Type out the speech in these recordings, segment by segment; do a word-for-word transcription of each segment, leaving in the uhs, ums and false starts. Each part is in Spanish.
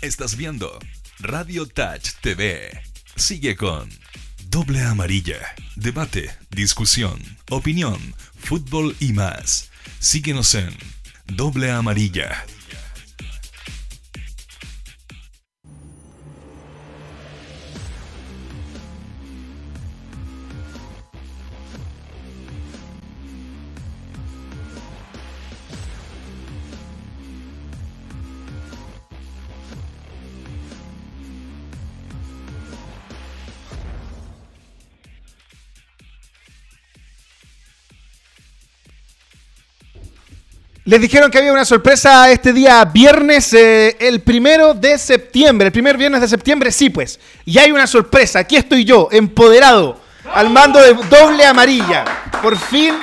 Estás viendo Radio Touch T V. Sigue con Doble Amarilla. Debate, discusión, opinión, fútbol y más. Síguenos en Doble Amarilla. Les dijeron que había una sorpresa este día viernes, eh, el primero de septiembre, el primer viernes de septiembre, sí pues. Y hay una sorpresa, aquí estoy yo, empoderado, al mando de Doble Amarilla. Por fin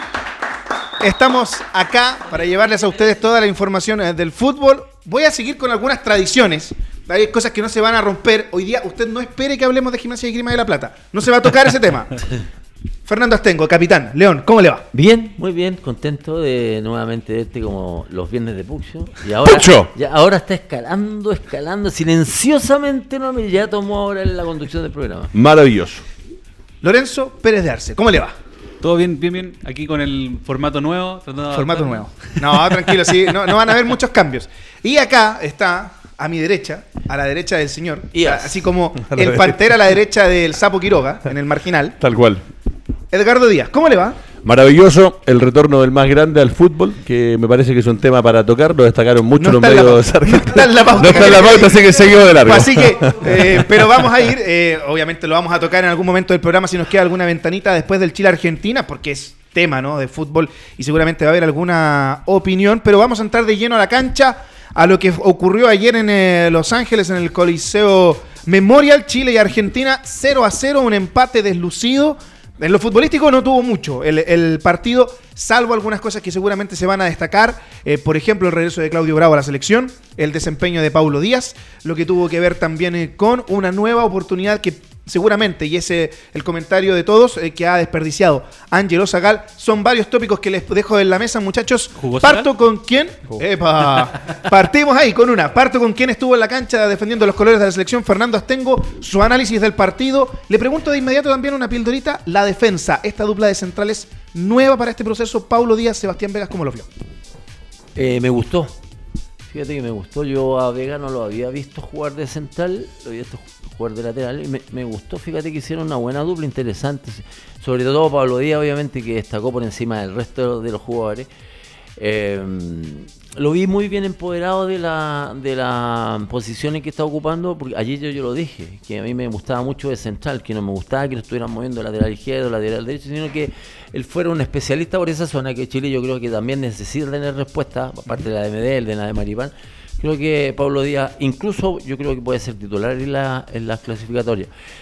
estamos acá para llevarles a ustedes toda la información eh, del fútbol. Voy a seguir con algunas tradiciones, hay cosas que no se van a romper. Hoy día usted no espere que hablemos de Gimnasia y Esgrima de La Plata, no se va a tocar ese tema. Fernando Astengo, capitán. León, ¿cómo le va? Bien, muy bien, contento de nuevamente verte como los viernes de Pucho. Y ahora, ¡Pucho! Ya, ahora está escalando, escalando, silenciosamente, no, ya tomó ahora la conducción del programa. Maravilloso. Lorenzo Pérez de Arce, ¿cómo le va? Todo bien, bien, bien. Aquí con el formato nuevo. Formato nuevo. No, tranquilo, sí, no, no van a haber muchos cambios. Y acá está, a mi derecha, a la derecha del señor, Yes. así como el Pantera a la derecha del Sapo Quiroga, en el marginal, Tal cual. Edgardo Díaz, ¿cómo le va? Maravilloso el retorno del más grande al fútbol, que me parece que es un tema para tocar. Lo destacaron mucho No los está en la medios pauta. argentinos. No está en la pauta. No está en la pauta, así que seguimos de largo. Así que, eh, pero vamos a ir, eh, obviamente lo vamos a tocar en algún momento del programa si nos queda alguna ventanita después del Chile-Argentina, porque es tema, ¿no?, de fútbol y seguramente va a haber alguna opinión, pero vamos a entrar de lleno a la cancha, a lo que ocurrió ayer en eh, Los Ángeles, en el Coliseo Memorial. Chile y Argentina cero a cero, un empate deslucido. En lo futbolístico no tuvo mucho el, el partido, salvo algunas cosas que seguramente se van a destacar. Eh, por ejemplo, el regreso de Claudio Bravo a la selección, el desempeño de Paulo Díaz, lo que tuvo que ver también eh, con una nueva oportunidad que seguramente, y ese el comentario de todos, eh, que ha desperdiciado Ángelo Zagal. Son varios tópicos que les dejo en la mesa, muchachos. ¿Jugó Parto Zagal? con quién. ¡Epa! Partimos ahí con una. Parto con quién estuvo en la cancha defendiendo los colores de la selección, Fernando Astengo, su análisis del partido. Le pregunto de inmediato también una pildorita, la defensa, esta dupla de centrales nueva para este proceso, Paulo Díaz, Sebastián Vegas, ¿cómo lo vio? Eh, me gustó, fíjate que me gustó. Yo a Vega no lo había visto jugar de central, lo había visto jugar de lateral y me, me gustó. Fíjate que hicieron una buena dupla, interesante. Sobre todo Pablo Díaz, obviamente, que destacó por encima del resto de los jugadores. Eh, lo vi muy bien empoderado de la de la posición en que está ocupando, porque ayer yo, yo lo dije, que a mí me gustaba mucho de central, que no me gustaba que lo estuvieran moviendo lateral izquierdo, lateral derecho, sino que él fuera un especialista por esa zona, que Chile yo creo que también necesita tener respuesta, aparte de la de Medel, de la de Maripán. Creo que Pablo Díaz, incluso yo creo que puede ser titular en la en las clasificatorias.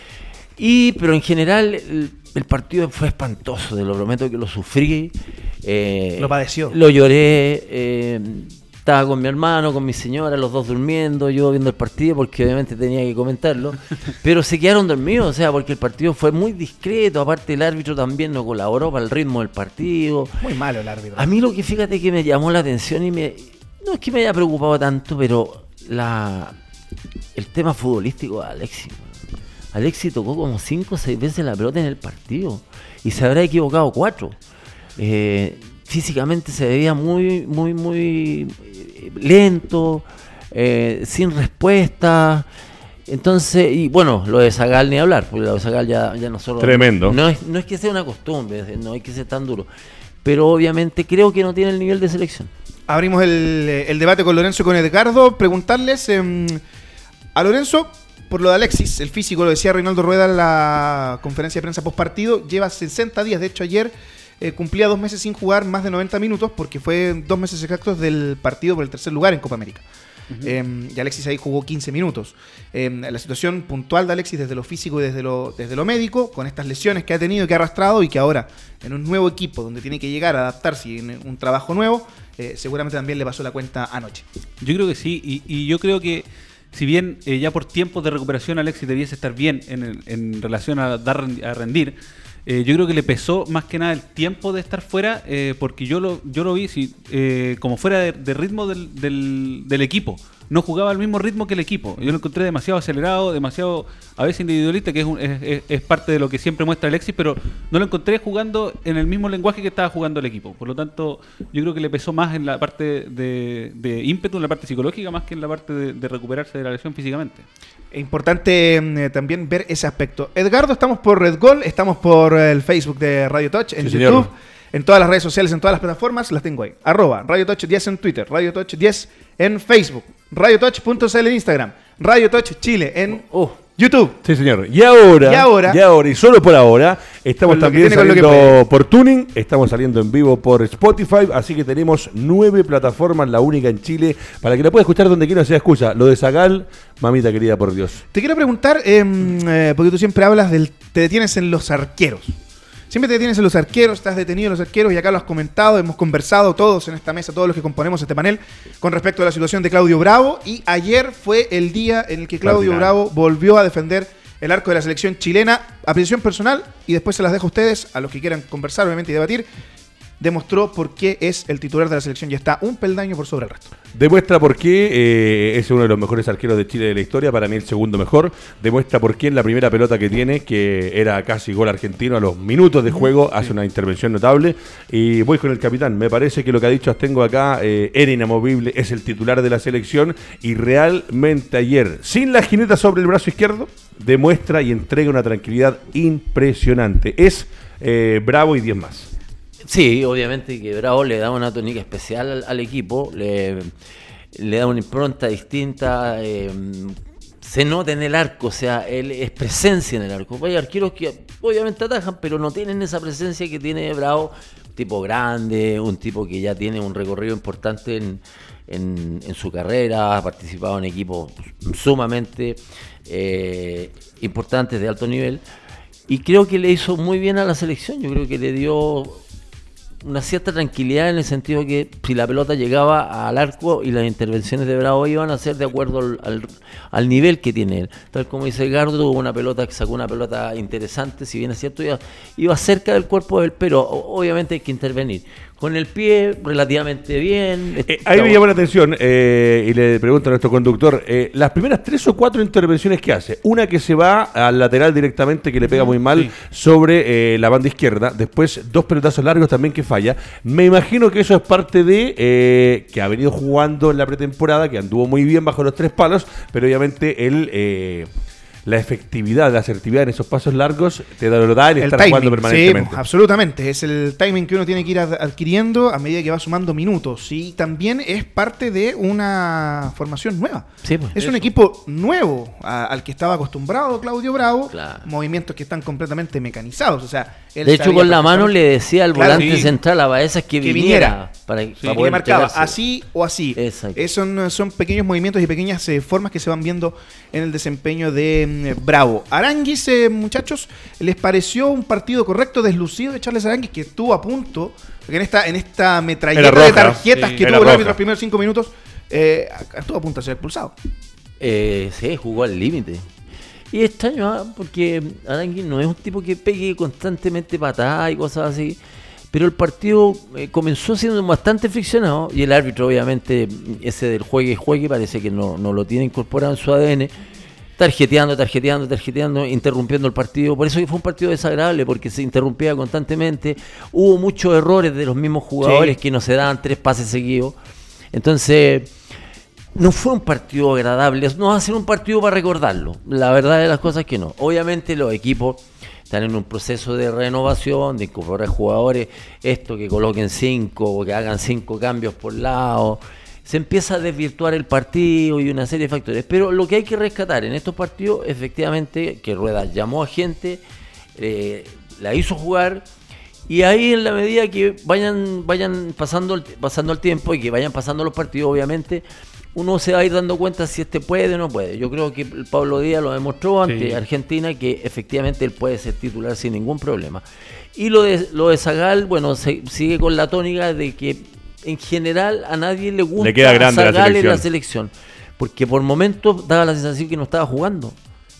Y, pero en general, el, el partido fue espantoso, te lo prometo que lo sufrí. Eh, Lo padeció. Lo lloré. Eh, estaba con mi hermano, con mi señora, los dos durmiendo, yo viendo el partido, porque obviamente tenía que comentarlo. Pero se quedaron dormidos, o sea, porque el partido fue muy discreto. Aparte, el árbitro también no colaboró para el ritmo del partido. Muy malo el árbitro. A mí lo que fíjate que me llamó la atención y me. No es que me haya preocupado tanto, pero la el tema futbolístico de Alexis. Alexis tocó como cinco o seis veces la pelota en el partido y se habrá equivocado cuatro. Eh, físicamente se veía muy, muy, muy lento, eh, sin respuesta. Entonces, y bueno, lo de Zagal ni hablar, porque lo de Zagal ya, ya nosotros... Tremendo. No es, no es que sea una costumbre, no hay que ser tan duro, pero obviamente creo que no tiene el nivel de selección. Abrimos el, el debate con Lorenzo y con Edgardo. Preguntarles eh, a Lorenzo por lo de Alexis, el físico, lo decía Reinaldo Rueda en la conferencia de prensa post partido, lleva sesenta días, de hecho ayer eh, cumplía dos meses sin jugar más de noventa minutos, porque fue dos meses exactos del partido por el tercer lugar en Copa América. Uh-huh. Eh, y Alexis ahí jugó quince minutos. Eh, la situación puntual de Alexis desde lo físico y desde lo, desde lo médico, con estas lesiones que ha tenido, que ha arrastrado, y que ahora en un nuevo equipo donde tiene que llegar a adaptarse y en un trabajo nuevo, eh, seguramente también le pasó la cuenta anoche. Yo creo que sí, y, y yo creo que si bien eh, ya por tiempos de recuperación Alexis debiese estar bien en, en relación a dar a rendir, eh, yo creo que le pesó más que nada el tiempo de estar fuera, eh, porque yo lo yo lo vi si, eh, como fuera de, de ritmo del, del, del equipo. no jugaba al mismo ritmo que el equipo. Yo lo encontré demasiado acelerado, demasiado a veces individualista, que es, un, es, es, es parte de lo que siempre muestra Alexis, pero no lo encontré jugando en el mismo lenguaje que estaba jugando el equipo. Por lo tanto, yo creo que le pesó más en la parte de, de ímpetu, en la parte psicológica, más que en la parte de, de recuperarse de la lesión físicamente. Es importante eh, también ver ese aspecto. Edgardo, estamos por Red Gol, estamos por el Facebook de Radio Touch, en Sí, YouTube, señor. en todas las redes sociales, en todas las plataformas, las tengo ahí. Arroba Radio Touch diez en Twitter, Radio Touch diez en Facebook, radiotouch punto c l en Instagram, Radio Touch Chile en Oh, YouTube. Sí, señor. Y ahora, Y ahora- y ahora, y solo por ahora, estamos Con lo que también tiene, con lo que saliendo puede. por Tuning, estamos saliendo en vivo por Spotify, así que tenemos nueve plataformas, la única en Chile, para que la pueda escuchar donde quiera sea escucha. Lo de Zagal, mamita querida, por Dios. Te quiero preguntar, eh, eh, porque tú siempre hablas del. Te detienes en los arqueros. Siempre te detienes en los arqueros, estás detenido en los arqueros y acá lo has comentado, hemos conversado todos en esta mesa, todos los que componemos este panel, con respecto a la situación de Claudio Bravo. Y ayer fue el día en el que Claudio Martinal. Bravo volvió a defender el arco de la selección chilena. Apreciación personal, y después se las dejo a ustedes, a los que quieran conversar, obviamente, y debatir. Demostró por qué es el titular de la selección y está un peldaño por sobre el resto. Demuestra por qué eh, es uno de los mejores arqueros de Chile de la historia, para mí el segundo mejor. Demuestra por qué en la primera pelota que tiene, que era casi gol argentino, a los minutos de juego hace una intervención notable. Y voy con el capitán, me parece que lo que ha dicho Astengo acá eh, era inamovible, es el titular de la selección y realmente ayer, sin la jineta sobre el brazo izquierdo, demuestra y entrega una tranquilidad impresionante. Es eh, Bravo y diez más. sí, obviamente que Bravo le da una tónica especial al, al equipo, le, le da una impronta distinta, eh, se nota en el arco, o sea, él es presencia en el arco. Hay arqueros que obviamente atajan, pero no tienen esa presencia que tiene Bravo, un tipo grande, un tipo que ya tiene un recorrido importante en, en, en su carrera, ha participado en equipos sumamente eh, importantes de alto nivel, y creo que le hizo muy bien a la selección. Yo creo que le dio una cierta tranquilidad en el sentido que si la pelota llegaba al arco y las intervenciones de Bravo iban a ser de acuerdo al, al, al nivel que tiene él. Tal como dice Edgardo, tuvo una pelota que sacó una pelota interesante, si bien es cierto, iba, iba cerca del cuerpo de él, pero obviamente hay que intervenir. Con el pie relativamente bien. Eh, ahí me llamó la atención eh, y le pregunto a nuestro conductor, eh, las primeras tres o cuatro intervenciones que hace, una que se va al lateral directamente, que le pega muy mal sí. sobre eh, la banda izquierda, después dos pelotazos largos también que falla. Me imagino que eso es parte de eh, que ha venido jugando en la pretemporada, que anduvo muy bien bajo los tres palos, pero obviamente él... Eh, la efectividad, la asertividad en esos pasos largos te lo da el, El estar timing, jugando permanentemente. sí, absolutamente. Es el timing que uno tiene que ir ad- adquiriendo a medida que va sumando minutos. Y también es parte de una formación nueva. Sí, pues, es eso. un equipo nuevo a- al que estaba acostumbrado Claudio Bravo. Claro. Movimientos que están completamente mecanizados. O sea, él De hecho, sabía con la mano le perfectamente decía al Claro, volante sí. central a Baezas que, que viniera, viniera. para, Sí. para y poder le marcaba entregarse. así o así. Exacto. Eh, son, son pequeños movimientos y pequeñas eh, formas que se van viendo en el desempeño de mm, Bravo. Aranguis, eh, muchachos, ¿les pareció un partido correcto, deslucido de Charles Aranguis, que estuvo a punto, porque en esta, en esta metralleta Era de roja, tarjetas sí. que Era tuvo el roja. árbitro los primeros cinco minutos, eh, estuvo a punto de ser expulsado? Eh, sí, jugó al límite. Y es extraño, ¿ah? Porque Arangui no es un tipo que pegue constantemente patadas y cosas así. Pero el partido eh, comenzó siendo bastante friccionado y el árbitro, obviamente, ese del juegue juegue, parece que no, no lo tiene incorporado en su A D N. Tarjeteando, tarjeteando, tarjeteando, interrumpiendo el partido. Por eso que fue un partido desagradable, porque se interrumpía constantemente. Hubo muchos errores de los mismos jugadores Sí. que no se daban tres pases seguidos. Entonces, no fue un partido agradable. No va a ser un partido para recordarlo. La verdad de las cosas es que no. Obviamente los equipos están en un proceso de renovación, de incorporar jugadores. Esto que coloquen cinco, o que hagan cinco cambios por lado. Se empieza a desvirtuar el partido y una serie de factores. Pero lo que hay que rescatar en estos partidos, efectivamente, que Rueda llamó a gente, eh, la hizo jugar, y ahí en la medida que vayan vayan pasando el, pasando el tiempo y que vayan pasando los partidos, obviamente, uno se va a ir dando cuenta si este puede o no puede. Yo creo que el Pablo Díaz lo demostró ante Sí. Argentina, que efectivamente él puede ser titular sin ningún problema. Y lo de, lo de Zagal, bueno, se, sigue con la tónica de que en general a nadie le gusta Le queda grande la Zagal en la selección. selección, porque por momentos daba la sensación que no estaba jugando.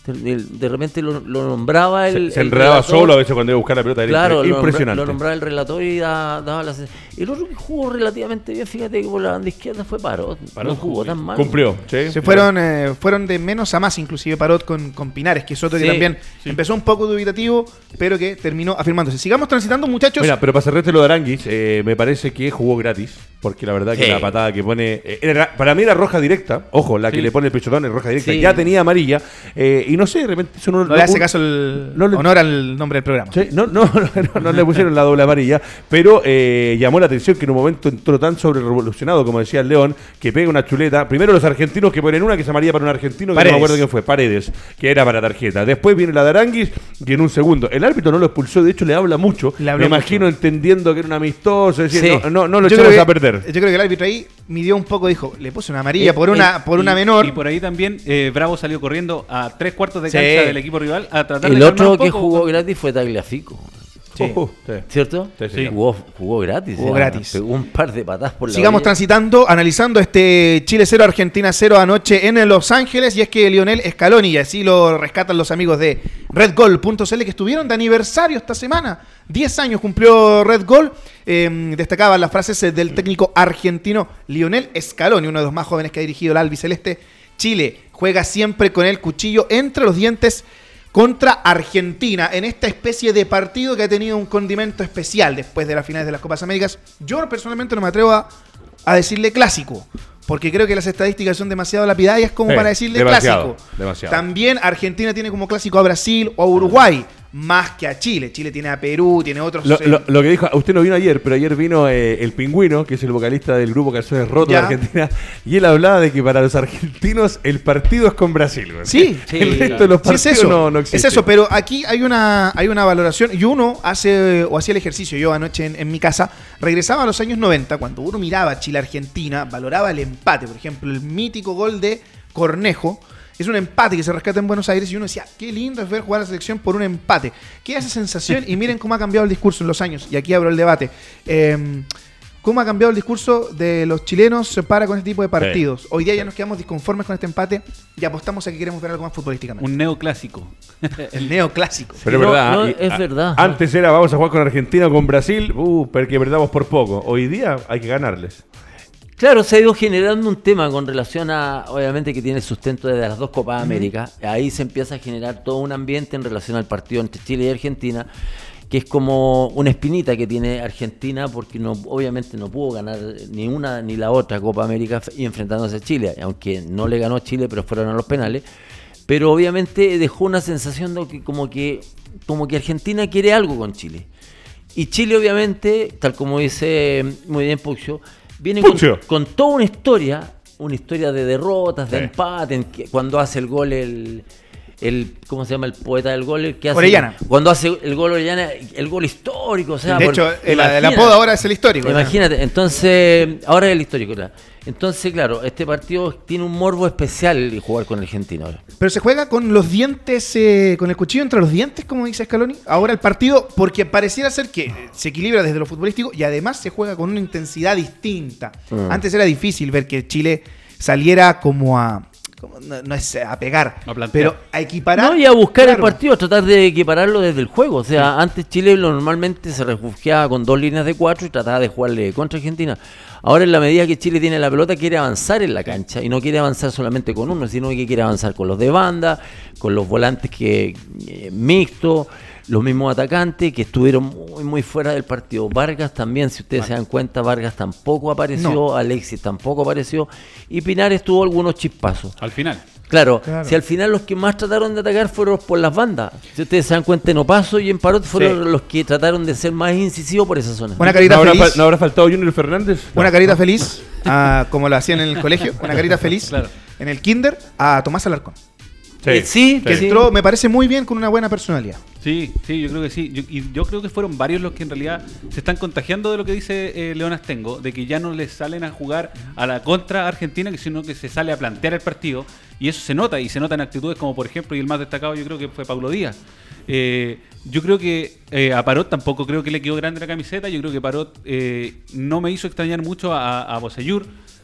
De, de repente lo, lo nombraba el. Se, se el enredaba relator. solo a veces cuando iba a buscar la pelota. Era Claro, lo, impresionante. Lo nombraba el relator y da, daba la sensación. El otro que jugó relativamente bien, fíjate que por la banda izquierda fue Parot. Parot no jugó jugó tan bien. mal. Cumplió, sí. Se fueron, eh, fueron de menos a más, inclusive Parot con, con Pinares, que es otro que Sí, también sí. empezó un poco dubitativo, pero que terminó afirmándose. Sigamos transitando, muchachos. Mira, pero para cerrarte lo de Aranguis, eh, me parece que jugó gratis, porque la verdad que Sí. la patada que pone, eh, era- para mí era roja directa, ojo, la que Sí. le pone el pechotón es roja directa, Sí. ya tenía amarilla, eh, y no sé, de repente eso no, no le hace un- caso el no le- honor al nombre del programa. Sí, no, no, no, no le pusieron la doble amarilla, pero eh, llamó la atención que en un momento entró tan sobre revolucionado, como decía el León, que pega una chuleta. Primero los argentinos que ponen una que es amarilla para un argentino, que Paredes. no me acuerdo quién fue, Paredes, que era para tarjeta. Después viene la de Aranguis, y en un segundo. El árbitro no lo expulsó, de hecho le habla mucho. Le habló me imagino entendiendo que era un amistoso, es decir, Sí. no, no, no lo Yo echamos creo que- a perder. Yo creo que el árbitro ahí midió un poco, dijo, le puse una amarilla Eh, por una, eh, por una Y- menor. Y por ahí también eh, Bravo salió corriendo a tres cuartos de Sí. cancha del equipo rival a tratar El de otro calmar un que poco. jugó gratis fue Tagliafico. Sí. Uh, sí. ¿Cierto? Sí, sí. Jugó, jugó gratis. Jugó ya, gratis. Pegó un par de patadas por la Sigamos orilla. transitando, analizando este Chile cero, Argentina cero anoche en Los Ángeles. Y es que Lionel Scaloni, y así lo rescatan los amigos de red gol punto c l, que estuvieron de aniversario esta semana. diez años cumplió Red Gol. Eh, destacaban las frases eh, del técnico argentino Lionel Scaloni, uno de los más jóvenes que ha dirigido el albiceleste. Chile juega siempre con el cuchillo entre los dientes contra Argentina en esta especie de partido que ha tenido un condimento especial después de las finales de las Copas Américas. Yo personalmente no me atrevo a, a decirle clásico, porque creo que las estadísticas son demasiado lapidarias como Sí, para decirle demasiado, clásico. demasiado. También Argentina tiene como clásico a Brasil o a Uruguay, más que a Chile. Chile tiene a Perú, tiene otros... Lo, eh, lo- lo que dijo, usted no vino ayer, pero ayer vino eh, el Pingüino, que es el vocalista del grupo Calzones Rotos de Ya. Argentina, y él hablaba de que para los argentinos el partido es con Brasil. güey. Sí, Sí, el resto claro. de los Sí, partidos es eso, no, no existe. es eso, pero aquí hay una, hay una valoración y uno hace o hacía el ejercicio, yo anoche en, en mi casa, regresaba a los años noventa, cuando uno miraba Chile-Argentina, valoraba el empate, por ejemplo, el mítico gol de Cornejo, es un empate que se rescata en Buenos Aires y uno decía, qué lindo es ver jugar a la selección por un empate, qué esa sensación y miren cómo ha cambiado el discurso en los años, y aquí abro el debate. Eh, ¿Cómo ha cambiado el discurso de los chilenos para con este tipo de partidos? Hoy día ya nos quedamos disconformes con este empate y apostamos a que queremos ver algo más futbolísticamente. Un neoclásico. El neoclásico. Pero No, es verdad. no, y- es a- verdad. Antes era vamos a jugar con Argentina o con Brasil, uh, porque perdamos por poco. Hoy día hay que ganarles. Claro, se ha ido generando un tema con relación a, obviamente, que tiene sustento desde las dos Copas América. Ahí se empieza a generar todo un ambiente en relación al partido entre Chile y Argentina, que es como una espinita que tiene Argentina, porque no, obviamente no pudo ganar ni una ni la otra Copa América y enfrentándose a Chile, aunque no le ganó Chile, pero fueron a los penales. Pero obviamente dejó una sensación de que como que, como que Argentina quiere algo con Chile. Y Chile, obviamente, tal como dice muy bien Puccio, viene con, Puccio. con toda una historia, una historia de derrotas, de Sí. empate, en que- cuando hace el gol el, el ¿cómo se llama el poeta del gol? El que hace, Orellana. Cuando hace el gol Orellana, el gol histórico, o sea, De por- hecho, el, el imagínate. apodo ahora es el histórico. ¿no? Imagínate, entonces, ahora es el histórico, claro. Entonces, claro, este partido tiene un morbo especial y jugar con Argentina ahora. Pero se juega con los dientes, eh, con el cuchillo entre los dientes, como dice Scaloni. Ahora el partido, porque pareciera ser que eh, se equilibra desde lo futbolístico y además se juega con una intensidad distinta. Mm. Antes era difícil ver que Chile saliera como a... como no, no es a pegar, A plantear. pero a equiparar. No, y a buscar Claro. el partido, a tratar de equipararlo desde el juego. O sea, antes Chile lo normalmente se refugiaba con dos líneas de cuatro y trataba de jugarle contra Argentina. Ahora, en la medida que Chile tiene la pelota, quiere avanzar en la cancha y no quiere avanzar solamente con uno, sino que quiere avanzar con los de banda, con los volantes que eh, mixtos, los mismos atacantes que estuvieron muy, muy fuera del partido. Vargas también, si ustedes se dan cuenta, Vargas tampoco apareció, No. Alexis tampoco apareció y Pinares tuvo algunos chispazos. Al final. Claro, Claro. si al final los que más trataron de atacar fueron por las bandas. Si ustedes se dan cuenta, en Opaso y en Parot fueron Sí. los que trataron de ser más incisivos por esa zona. Una carita ¿No habrá, feliz. fal- no habrá faltado Junior Fernández? No. Una carita feliz, ah, como lo hacían en el colegio. Una carita feliz Claro. en el kinder a Tomás Alarcón. Eh, sí, Que sí. entró, me parece muy bien, con una buena personalidad. Sí, sí, yo creo que sí. Yo, y yo creo que fueron varios los que en realidad se están contagiando de lo que dice eh, León Astengo, de que ya no les salen a jugar a la contra Argentina, que sino que se sale a plantear el partido. Y eso se nota, y se nota en actitudes como, por ejemplo, y el más destacado yo creo que fue Paulo Díaz. Eh, yo creo que eh, a Parot tampoco creo que le quedó grande la camiseta. Yo creo que Parot eh, no me hizo extrañar mucho a, a Bocellur.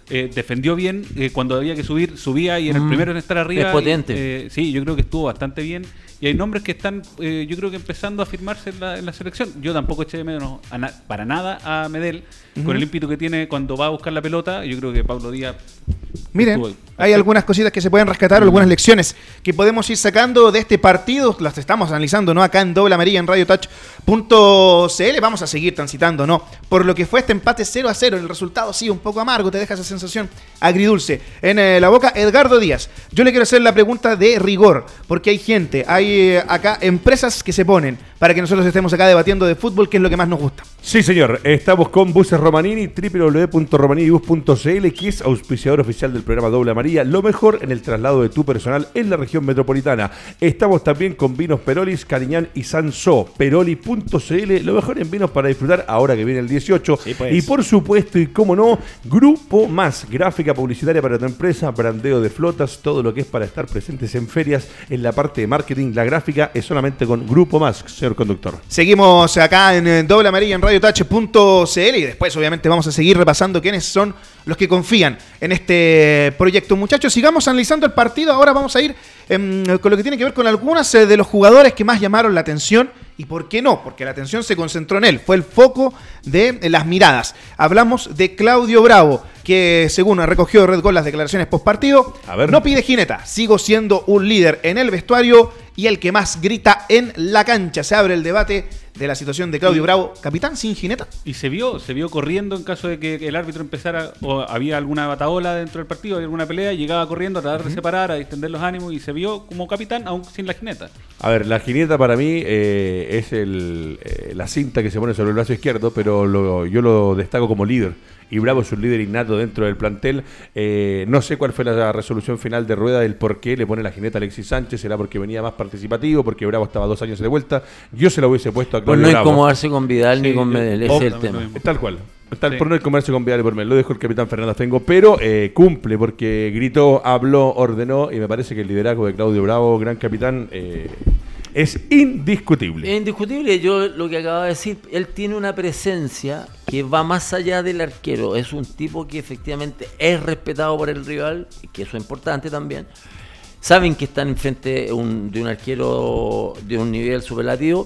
eh, defendió bien, eh, cuando había que subir, subía y era el Mm, primero en estar arriba. es potente. Y, eh, sí, yo creo que estuvo bastante bien. Y hay nombres que están, eh, yo creo que empezando a firmarse en la, en la selección. Yo tampoco eché de menos a na- para nada a Medel, Ujú. con el ímpetu que tiene cuando va a buscar la pelota. Yo creo que Pablo Díaz... Miren, estuvo- hay algunas cositas que se pueden rescatar, algunas lecciones que podemos ir sacando de este partido, las estamos analizando, ¿no? Acá en Doble Amarilla, en radio touch punto c l, vamos a seguir transitando, ¿no? Por lo que fue este empate cero a cero, el resultado sí, un poco amargo, te deja esa sensación agridulce en eh, la boca. Edgardo Díaz, yo le quiero hacer la pregunta de rigor, porque hay gente, hay eh, acá empresas que se ponen para que nosotros estemos acá debatiendo de fútbol, que es lo que más nos gusta. Sí, señor. Estamos con Buses Romanini, doble u doble u doble u punto romaninibus punto c l, que es auspiciador oficial del programa Doble Amarilla. Lo mejor en el traslado de tu personal en la región metropolitana. Estamos también con Vinos Perolis, Cariñán y Sansó. Peroli punto c l, lo mejor en vinos para disfrutar ahora que viene el dieciocho. Sí, pues. Y por supuesto, y cómo no, Grupo Más, gráfica publicitaria para tu empresa, brandeo de flotas, todo lo que es para estar presentes en ferias, en la parte de marketing. La gráfica es solamente con Grupo Más, señor conductor. Seguimos acá en eh, Doble Amarilla en radio touch punto c l y después obviamente vamos a seguir repasando quiénes son los que confían en este proyecto. Muchachos, sigamos analizando el partido. Ahora vamos a ir eh, con lo que tiene que ver con algunos eh, de los jugadores que más llamaron la atención. ¿Y por qué no? Porque la atención se concentró en él. Fue el foco de eh, las miradas. Hablamos de Claudio Bravo, que según recogió Red Gol las declaraciones post partido, A ver. no pide jineta. Sigo siendo un líder en el vestuario y el que más grita en la cancha. Se abre el debate de la situación de Claudio Y- Bravo, capitán sin jineta. Y se vio, se vio corriendo en caso de que el árbitro empezara, o había alguna bataola dentro del partido, había alguna pelea, llegaba corriendo a tratar de separar, a distender los ánimos, y se vio como capitán, aún sin la jineta. A ver, la jineta para mí eh, es el, eh, la cinta que se pone sobre el brazo izquierdo, pero lo- yo lo destaco como líder. Y Bravo es un líder innato dentro del plantel. Eh, no sé cuál fue la resolución final de Rueda del por qué le pone la jineta a Alexis Sánchez. ¿Será porque venía más participativo? ¿Porque Bravo estaba dos años de vuelta? Yo se lo hubiese puesto a Por Claudio no Bravo. incomodarse con Vidal ni Sí, con yo- Medel, ese Oh, es el también tema. lo mismo. Tal cual. Tal, Sí. Por no comerse con Vidal y por Mel. Lo dijo el capitán Fernando Fengo, pero eh, cumple porque gritó, habló, ordenó y me parece que el liderazgo de Claudio Bravo, gran capitán, eh, es indiscutible. Es indiscutible, yo lo que acababa de decir, él tiene una presencia que va más allá del arquero, es un tipo que efectivamente es respetado por el rival, que eso es importante también. Saben que están enfrente un- de un arquero de un nivel superlativo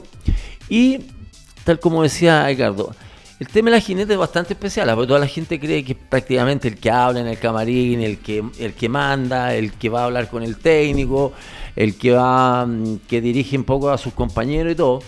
y tal como decía Ricardo, el tema de la jineta es bastante especial, porque toda la gente cree que es prácticamente el que habla en el camarín, el que, el que manda, el que va a hablar con el técnico, el que va mm, que dirige un poco a sus compañeros y todo.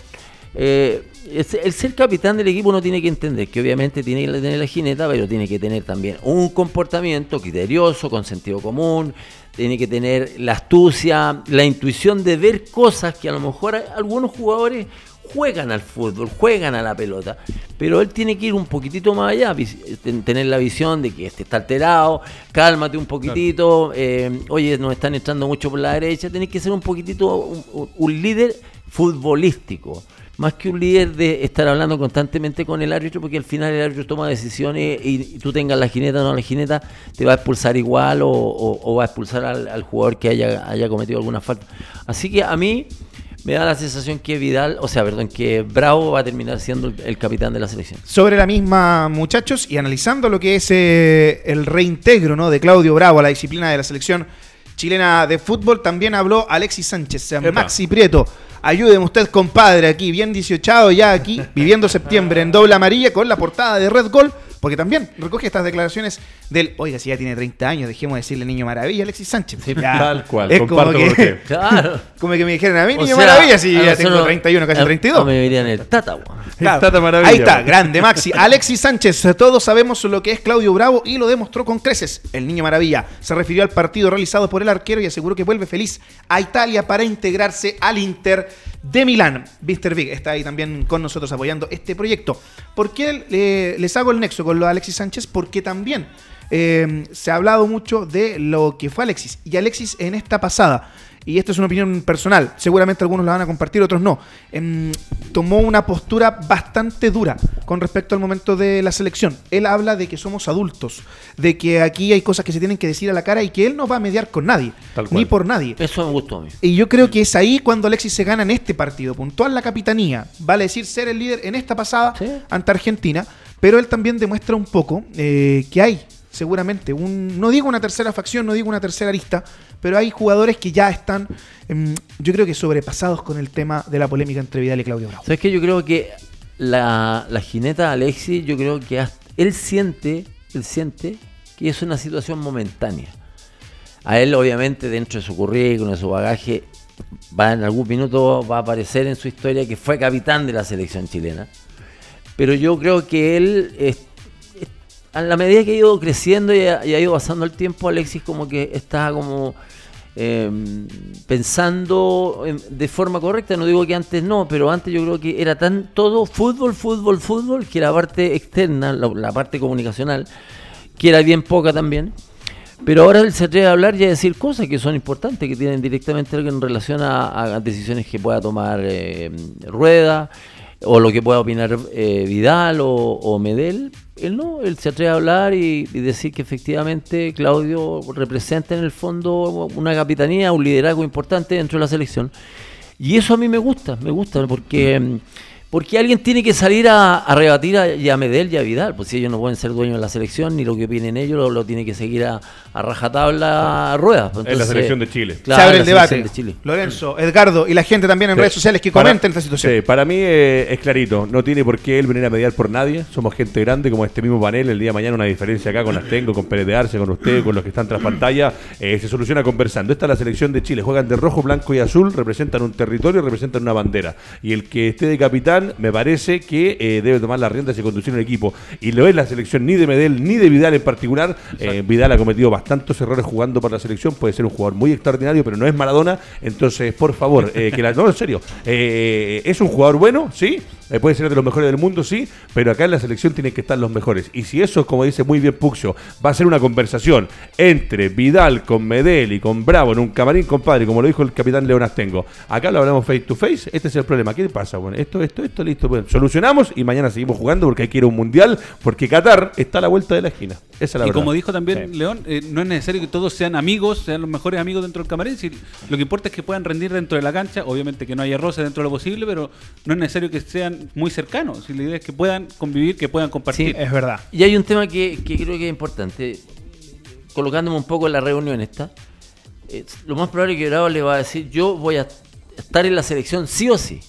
Eh, es- el ser capitán del equipo uno tiene que entender que obviamente tiene que tener la jineta, pero tiene que tener también un comportamiento criterioso, con sentido común, tiene que tener la astucia, la intuición de ver cosas que a lo mejor hay- algunos jugadores juegan al fútbol, juegan a la pelota, pero él tiene que ir un poquitito más allá, vis- ten- tener la visión de que este está alterado, cálmate un poquitito, eh, oye, nos están entrando mucho por la derecha, tenés que ser un poquitito un, un- un líder futbolístico, más que un líder de estar hablando constantemente con el árbitro, porque al final el árbitro toma decisiones y, y tú tengas la jineta o no la jineta, te va a expulsar igual o, o- o va a expulsar al, al jugador que haya, haya cometido alguna falta. Así que a mí me da la sensación que Vidal, o sea, perdón, que Bravo va a terminar siendo el, el capitán de la selección. Sobre la misma, muchachos, y analizando lo que es eh, el reintegro, ¿no?, de Claudio Bravo a la disciplina de la selección chilena de fútbol, también habló Alexis Sánchez. Epa. Maxi Prieto, ayúdeme usted, compadre, aquí, bien dieciochado ya aquí, viviendo septiembre en Doble Amarilla con la portada de Red Gol, porque también recoge estas declaraciones del, oiga, si ya tiene treinta años, dejemos de decirle niño maravilla, Alexis Sánchez. Sí, Ya, tal cual, es como comparto con que, usted. Claro. como que me dijeran a mí, O niño sea, maravilla, si a ya tengo nosotros- treinta y uno, casi a- treinta y dos. a me dirían el Tata, weón. Claro. Tata Maravilla. Ahí está, grande Maxi. Alexis Sánchez, todos sabemos lo que es Claudio Bravo y lo demostró con creces. El niño maravilla se refirió al partido realizado por el arquero y aseguró que vuelve feliz a Italia para integrarse al Inter de Milán. mister Big está ahí también con nosotros apoyando este proyecto. ¿Por qué eh, les hago el nexo con lo de Alexis Sánchez? Porque también eh, se ha hablado mucho de lo que fue Alexis. Y Alexis en esta pasada, y esta es una opinión personal, seguramente algunos la van a compartir, otros no, em, tomó una postura bastante dura con respecto al momento de la selección. Él habla de que somos adultos, de que aquí hay cosas que se tienen que decir a la cara y que él no va a mediar con nadie, Tal cual. ni por nadie. Eso me gustó a mí. Y yo creo que es ahí cuando Alexis se gana en este partido, puntual la capitanía, vale decir ser el líder en esta pasada Sí. ante Argentina, pero él también demuestra un poco eh, que hay seguramente, un, no digo una tercera facción, no digo una tercera arista, pero hay jugadores que ya están, eh, yo creo que sobrepasados con el tema de la polémica entre Vidal y Claudio Bravo. ¿Sabes qué? Yo creo que la, la jineta Alexis, yo creo que hasta, él siente, él siente que es una situación momentánea. A él, obviamente, dentro de su currículum, de su bagaje, va en algún minuto va a aparecer en su historia que fue capitán de la selección chilena. Pero yo creo que él, es, es, a la medida que ha ido creciendo y ha, y ha ido pasando el tiempo, Alexis como que está como eh, pensando en, de forma correcta. No digo que antes no, pero antes yo creo que era tan todo fútbol, fútbol, fútbol, que la parte externa, la, la parte comunicacional, que era bien poca también. Pero ahora él se atreve a hablar y a decir cosas que son importantes, que tienen directamente algo en relación a, a decisiones que pueda tomar eh, Rueda, o lo que pueda opinar eh, Vidal o, o Medel. Él no, él se atreve a hablar y, y decir que efectivamente Claudio representa en el fondo una capitanía, un liderazgo importante dentro de la selección. Y eso a mí me gusta, me gusta, porque... Porque alguien tiene que salir a, a rebatir a, a Medel y a Vidal, pues si ellos no pueden ser dueños de la selección, ni lo que opinen ellos, lo, lo tiene que seguir a, a rajatabla a Ruedas. Es la selección de Chile. Claro, se abre el debate. De Lorenzo, Edgardo y la gente también en sí. redes sociales que comenten para, esta situación. Sí, para mí eh, es clarito, no tiene por qué él venir a mediar por nadie, somos gente grande como este mismo panel, el día de mañana una diferencia acá con Astengo, con Pérez de Arce, con usted, con los que están tras pantalla, eh, se soluciona conversando. Esta es la selección de Chile, juegan de rojo, blanco y azul, representan un territorio, representan una bandera, y el que esté de capitán me parece que eh, debe tomar las riendas y conducir un equipo, y lo es la selección ni de Medel ni de Vidal en particular. eh, Vidal ha cometido bastantes errores jugando para la selección, puede ser un jugador muy extraordinario, pero no es Maradona, entonces por favor, eh, que la, no, en serio, eh, es un jugador bueno, sí, eh, puede ser de los mejores del mundo, sí, pero acá en la selección tienen que estar los mejores, y si eso, como dice muy bien Puxio, va a ser una conversación entre Vidal con Medel y con Bravo en un camarín, compadre, como lo dijo el capitán León Astengo, acá lo hablamos face to face, este es el problema. ¿Qué pasa? Bueno, esto, esto, esto, listo, bueno, solucionamos y mañana seguimos jugando porque hay que ir a un mundial, porque Qatar está a la vuelta de la esquina. Esa es la y verdad. Como dijo también sí. León, eh, no es necesario que todos sean amigos, sean los mejores amigos dentro del camarín, si lo que importa es que puedan rendir dentro de la cancha, obviamente que no haya roce dentro de lo posible, pero no es necesario que sean muy cercanos, si la idea es que puedan convivir, que puedan compartir. Sí, es verdad. Y hay un tema que, que creo que es importante, colocándome un poco en la reunión esta, eh, lo más probable es que Bravo le va a decir, yo voy a estar en la selección sí o sí.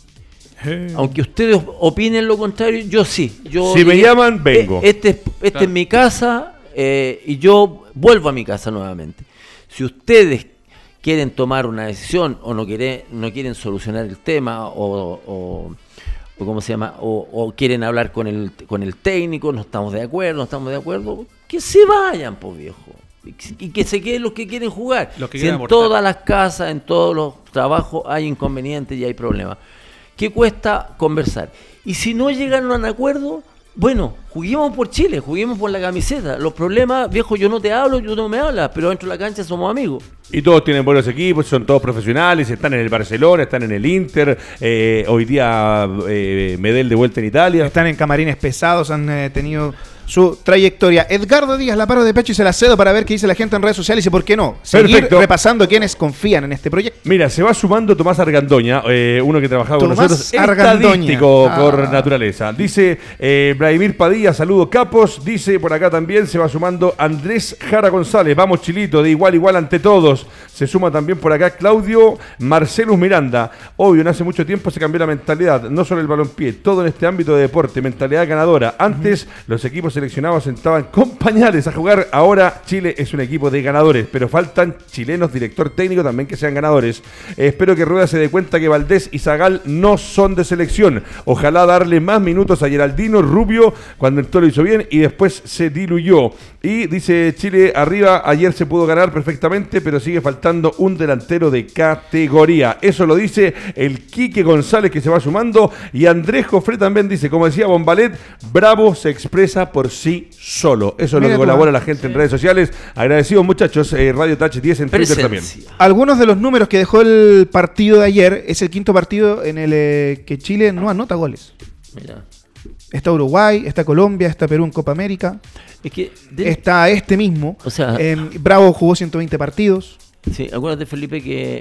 Aunque ustedes opinen lo contrario, yo sí. Yo si me llaman, vengo. Este, este claro. es mi casa eh, y yo vuelvo a mi casa nuevamente. Si ustedes quieren tomar una decisión o no quieren, no quieren solucionar el tema o, o, o ¿cómo se llama? O, o quieren hablar con el, con el técnico, no estamos de acuerdo, no estamos de acuerdo, que se vayan, pues viejo. Y que se queden los que quieren jugar. Los que si en aportar. Todas las casas, en todos los trabajos hay inconvenientes y hay problemas. ¿Qué cuesta conversar? Y si no llegan a un acuerdo, bueno, juguemos por Chile, juguemos por la camiseta. Los problemas, viejo, yo no te hablo, yo no me hablas, pero dentro de la cancha somos amigos. Y todos tienen buenos equipos, son todos profesionales, están en el Barcelona, están en el Inter, eh, hoy día eh, Medel de vuelta en Italia. Están en camarines pesados, han eh, tenido su trayectoria. Edgardo Díaz, la paro de pecho y se la cedo para ver qué dice la gente en redes sociales y por qué no. Seguir Perfecto. repasando quienes confían en este proyecto. Mira, se va sumando Tomás Argandoña, eh, uno que trabajaba Tomás con nosotros, Argandoña. estadístico Ah. por naturaleza. Dice eh, Vladimir Padilla, saludo capos. Dice por acá también, se va sumando Andrés Jara González, vamos Chilito, de igual igual ante todos. Se suma también por acá Claudio Marcelus Miranda. Obvio, no hace mucho tiempo se cambió la mentalidad, no solo el balompié, todo en este ámbito de deporte, mentalidad ganadora. Antes uh-huh. los equipos seleccionados entraban con pañales a jugar, ahora Chile es un equipo de ganadores, pero faltan chilenos, director técnico también que sean ganadores. Eh, espero que Rueda se dé cuenta que Valdés y Zagal no son de selección. Ojalá darle más minutos a Geraldino Rubio cuando entró lo hizo bien y después se diluyó. Y dice Chile arriba, ayer se pudo ganar perfectamente, pero sigue faltando un delantero de categoría. Eso lo dice el Quique González que se va sumando, y Andrés Jofré también dice, como decía Bombalet, Bravo se expresa por sí solo. Eso es lo que colabora la gente sí. en redes sociales. Agradecidos muchachos, eh, Radio Touch diez en Twitter también. Algunos de los números que dejó el partido de ayer, es el quinto partido en el eh, que Chile no anota goles. Mira. Está Uruguay, está Colombia, está Perú en Copa América. Es que de... está este mismo. O sea, eh, Bravo jugó ciento veinte partidos. Sí, acuérdate, Felipe, que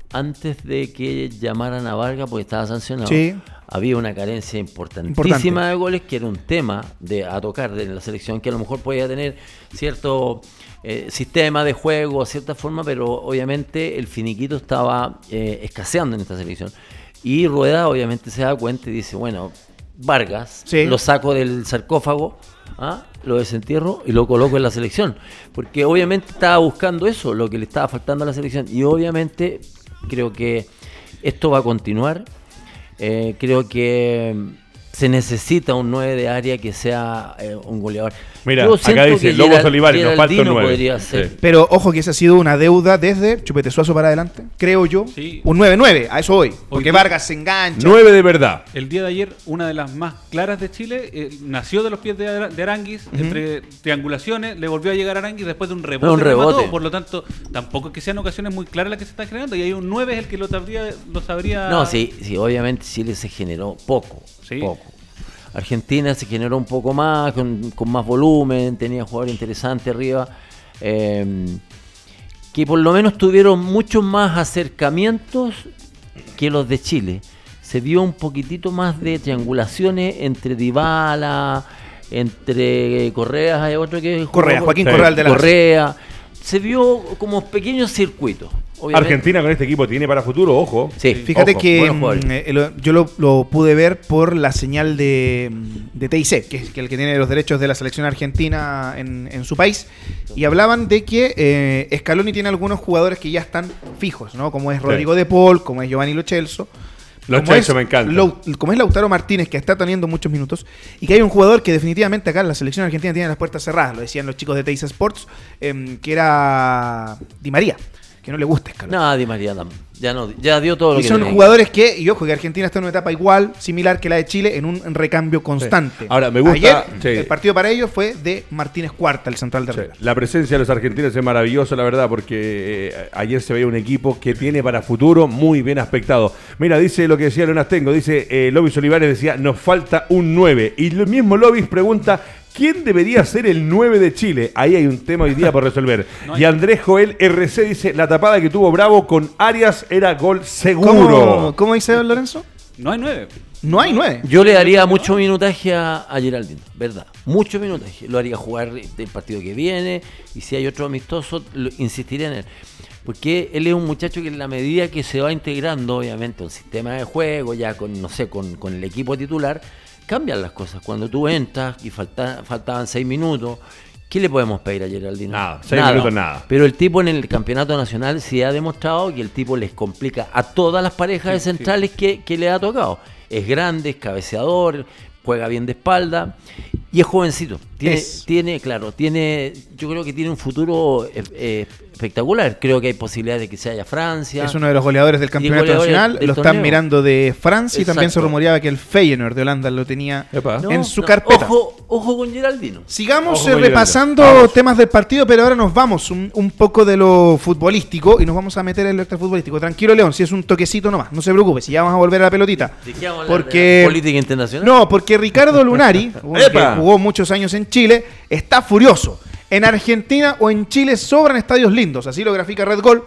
antes de que llamaran a Vargas, porque estaba sancionado, Sí. había una carencia importantísima Importante. de goles, que era un tema de, a tocar de la selección, que a lo mejor podía tener cierto eh, sistema de juego, cierta forma, pero obviamente el finiquito estaba eh, escaseando en esta selección. Y Rueda obviamente se da cuenta y dice, bueno, Vargas, Sí. lo saco del sarcófago, ¿ah? Lo desentierro y lo coloco en la selección. Porque obviamente estaba buscando eso, lo que le estaba faltando a la selección. Y obviamente creo que esto va a continuar. Eh, creo que se necesita un nueve de área que sea eh, un goleador. Mira, Yo acá siento dice que Lobos Gerald- Olivares, nos falta un Geraldino nueve. podría ser. Sí. Pero ojo que esa ha sido una deuda desde Chupete Suazo para adelante, creo yo. Sí. Un nueve nueve, a eso voy. Porque día- Vargas se engancha. Nueve de verdad. El día de ayer, una de las más claras de Chile, eh, nació de los pies de, Ara- de Aranguis, Ujú. entre triangulaciones, le volvió a llegar a Aranguis después de un rebote. No, un remató, rebote. por lo tanto, tampoco es que sean ocasiones muy claras las que se están generando, y hay un nueve es el que lo sabría, lo sabría... No, sí, sí, obviamente Chile se generó poco, Sí. poco. Argentina se generó un poco más, con, con más volumen, tenía jugadores interesantes arriba, eh, que por lo menos tuvieron muchos más acercamientos que los de Chile. Se vio un poquitito más de triangulaciones entre Dybala, entre Correa, hay otro que jugó Correa, por- Joaquín Sí. Correa de la Correa. Se vio como pequeños circuitos. obviamente. Argentina con este equipo tiene para futuro, ojo. Sí, Fíjate Ojo, que buenos mm, jugadores. eh, lo- yo lo, lo pude ver por la señal de, de T I C, que es que el que tiene los derechos de la selección argentina en, en su país, y hablaban de que eh, Scaloni tiene algunos jugadores que ya están fijos, ¿no? Como es Rodrigo Sí. de Paul, como es Giovanni Lo Celso. Los como Celso es me encantan. Lau- como es Lautaro Martínez, que está teniendo muchos minutos, y que hay un jugador que definitivamente acá en la selección argentina tiene las puertas cerradas, lo decían los chicos de Teis Sports, em, que era Di María, que no le gusta Scaloni. No, Di María tam- ya no, ya dio todo lo Y que son tenía. jugadores que, y ojo, que Argentina está en una etapa igual, similar que la de Chile, en un recambio constante. Sí. Ahora, me gusta- Ayer, sí. el partido para ellos fue de Martínez Cuarta, el central de Sí, River. la presencia de los argentinos es maravillosa, la verdad, porque eh, ayer se veía un equipo que tiene para futuro muy bien aspectado. Mira, dice lo que decía Leonas Tengo, dice eh, Lobis Olivares, decía, nos falta un nueve. Y el mismo Lobis pregunta, ¿quién debería ser el nueve de Chile? Ahí hay un tema hoy día por resolver. No hay- Y Andrés Joel R C dice, la tapada que tuvo Bravo con Arias era gol seguro. ¿Cómo, ¿Cómo dice don Lorenzo? No hay nueve. No hay nueve. Yo le daría mucho minutaje a, a Geraldino, ¿verdad? Mucho minutaje. Lo haría jugar el partido que viene, y si hay otro amistoso, lo- insistiría en él. Porque él es un muchacho que en la medida que se va integrando, obviamente, un sistema de juego, ya con, no sé, con, con el equipo titular, cambian las cosas. Cuando tú entras y falta, faltaban seis minutos, ¿qué le podemos pedir a Geraldino? Nada, seis minutos nada. Pero el tipo en el campeonato nacional sí ha demostrado que el tipo les complica a todas las parejas de centrales que, que le ha tocado. Es grande, es cabeceador, juega bien de espalda y es jovencito. Tiene, Es. tiene, claro, tiene, yo creo que tiene un futuro eh, eh, espectacular. Creo que hay posibilidades de que se vaya a Francia. Es uno de los goleadores del campeonato goleadores nacional. del Lo están torneo. mirando de Francia, y también se Exacto. rumoreaba que el Feyenoord de Holanda lo tenía Epa. No, en su no, carpeta. Ojo, ojo con Geraldino. Sigamos Ojo eh, con repasando Geraldino. Vamos. temas del partido, pero ahora nos vamos un, un poco de lo futbolístico y nos vamos a meter en lo extrafutbolístico. Tranquilo, León, si es un toquecito nomás, no se preocupe, si ya vamos a volver a la pelotita. ¿De qué vamos a hablar? Porque ¿De la política internacional? No, porque Ricardo Lunari, un que ¡Epa! jugó muchos años en Chile, está furioso. En Argentina o en Chile sobran estadios lindos, así lo grafica Red Gol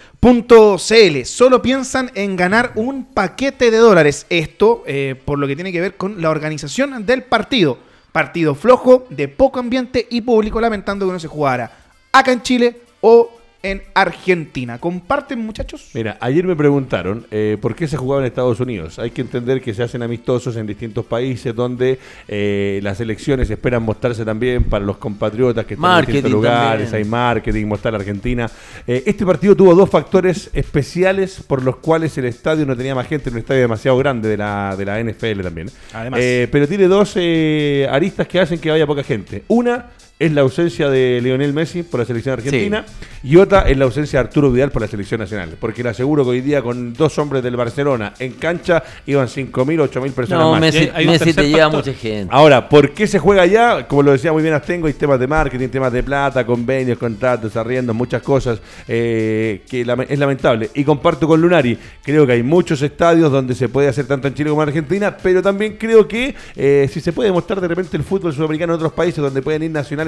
punto c l. Solo piensan en ganar un paquete de dólares. Esto eh, por lo que tiene que ver con la organización del partido. Partido flojo, de poco ambiente y público, lamentando que no se jugara acá en Chile o en Argentina. ¿Comparten, muchachos? Mira, ayer me preguntaron eh, por qué se jugaba en Estados Unidos. Hay que entender que se hacen amistosos en distintos países donde eh, las elecciones esperan mostrarse también para los compatriotas que están Marketing en distintos lugares, también. hay marketing, mostrar Argentina. Eh, este partido tuvo dos factores especiales por los cuales el estadio no tenía más gente, en un estadio demasiado grande de la, de la N F L también. Además. Eh, pero tiene dos eh, aristas que hacen que vaya poca gente. Una es la ausencia de Lionel Messi por la selección argentina, y otra es la ausencia de Arturo Vidal por la selección nacional. Porque le aseguro que hoy día con dos hombres del Barcelona en cancha iban cinco mil, ocho mil personas No, más. Messi, Hay- hay un Messi te tercer lleva factor. mucha gente. Ahora, ¿por qué se juega allá? Como lo decía muy bien Astengo, hay temas de marketing, temas de plata, convenios, contratos, arriendos, muchas cosas, eh, que lame- es lamentable. Y comparto con Lunari, creo que hay muchos estadios donde se puede hacer tanto en Chile como en Argentina, pero también creo que eh, si se puede mostrar de repente el fútbol sudamericano en otros países donde pueden ir nacionales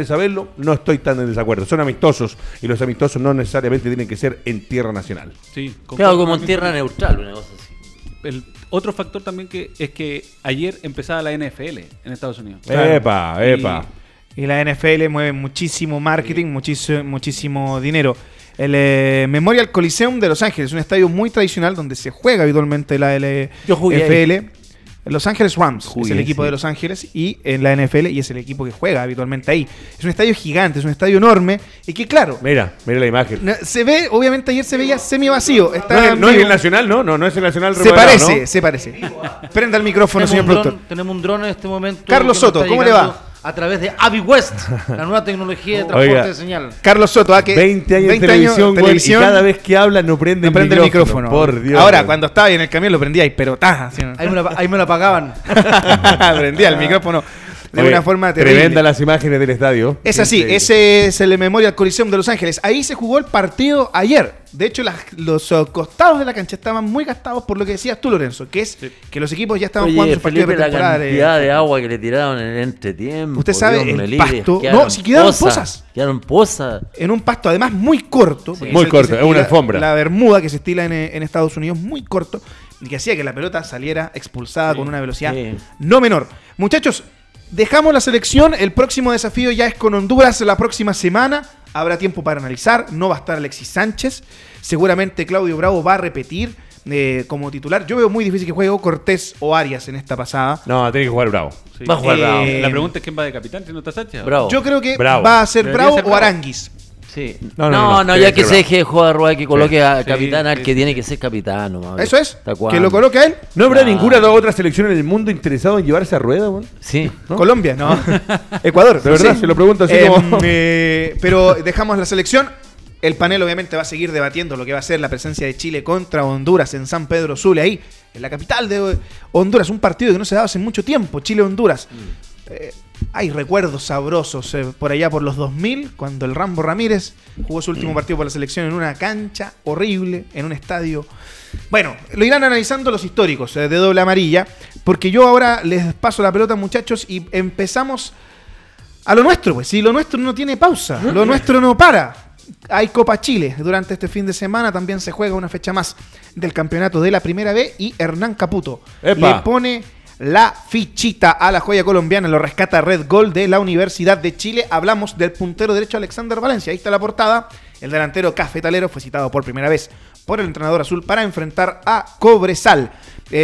sale saberlo, no estoy tan en desacuerdo. Son amistosos y los amistosos no necesariamente tienen que ser en tierra nacional. Sí, Claro, como en tierra neutral, una cosa así. El otro factor también que es que ayer empezaba la N F L en Estados Unidos. Claro. Epa, epa. Y la N F L mueve muchísimo marketing, muchísimo, muchísimo dinero. El eh, Memorial Coliseum de Los Ángeles, un estadio muy tradicional donde se juega habitualmente la Yo jugué N F L. Los Ángeles Rams Jugué, es el equipo sí. de Los Ángeles y en la N F L y es el equipo que juega habitualmente ahí. Es un estadio gigante, es un estadio enorme y que claro, Mira, mira la imagen. no- se ve, obviamente ayer se veía semi vacío. Está No, es- no es vivo. el Nacional, ¿no? No, no es el Nacional Se remodelado, parece, ¿no? se parece. Prenda el micrófono, Tenemos señor un, dron, productor. tenemos un dron en este momento. Carlos que nos Soto, está ¿cómo le llegando va? A través de AviWest, la nueva tecnología de transporte Oiga. de señal. Carlos Soto, ¿ah? que veinte años en veinte televisión, güey, televisión, y cada vez que habla no prende, no prende el, el micrófono. micrófono. Por Dios. Ahora, güey. cuando estaba ahí en el camión lo prendía y pero taja. ¿Sí? Ahí me, la, ahí me la pagaban. Prendía el micrófono de Oye, una forma terrible. Tremendas las imágenes del estadio. Es así, Increíble. ese es el Memorial Coliseum de Los Ángeles. Ahí se jugó el partido ayer. De hecho, las- los uh, costados de la cancha estaban muy gastados por lo que decías tú, Lorenzo, que es que los equipos ya estaban jugando Oye, su partido de Felipe, la pretemporada. de- cantidad de agua que le tiraron en el entretiempo. Usted sabe, Dios el me libre, pasto- quedaron no, si quedaron pozas, pozas. Quedaron pozas. En un pasto además muy corto. porque Muy es el que corto, se es una estila- alfombra. La bermuda que se estila en, en Estados Unidos, muy corto, y que hacía que la pelota saliera expulsada con una velocidad Sí. no menor. Muchachos, dejamos la selección. El próximo desafío ya es con Honduras la próxima semana. Habrá tiempo para analizar. No va a estar Alexis Sánchez. Seguramente Claudio Bravo va a repetir eh, como titular. Yo veo muy difícil que juegue o Cortés o Arias en esta pasada. No, tiene que jugar Bravo. Sí. Va a jugar Eh, Bravo. La pregunta es quién va de capitán si no está Sánchez. Bravo. Yo creo que Bravo. va a ser Debería Bravo ser o Bravo. Aranguis. Sí. No, No, no, no, no, no, ya tiene que que se deje de jugar Roa, que coloque a Sí, capitán al sí, que sí. tiene que ser capitán. nomás. Eso es. ¿Hasta Que cuándo? lo coloque a él. ¿No habrá Ah. ninguna otra selección en el mundo interesado en llevarse a rueda, güey? Sí. ¿No? Colombia, no. Ecuador. De verdad, sí. se lo pregunto así Eh, como- eh, pero dejamos la selección. El panel obviamente va a seguir debatiendo lo que va a ser la presencia de Chile contra Honduras en San Pedro Sula, ahí, en la capital de Honduras. Un partido que no se daba hace mucho tiempo, Chile-Honduras. Eh, hay recuerdos sabrosos eh, por allá por los dos mil, cuando el Rambo Ramírez jugó su último partido por la selección en una cancha horrible, en un estadio. Bueno, lo irán analizando los históricos eh, de doble amarilla, porque yo ahora les paso la pelota, muchachos, y empezamos a lo nuestro, pues. Si lo nuestro no tiene pausa, lo nuestro no para. Hay Copa Chile durante este fin de semana, también se juega una fecha más del campeonato de la Primera B y Hernán Caputo ¡Epa! le pone la fichita a la joya colombiana, lo rescata Red Gol de la Universidad de Chile. Hablamos del puntero derecho Alexander Valencia, ahí está la portada. El delantero cafetalero fue citado por primera vez por el entrenador azul para enfrentar a Cobresal.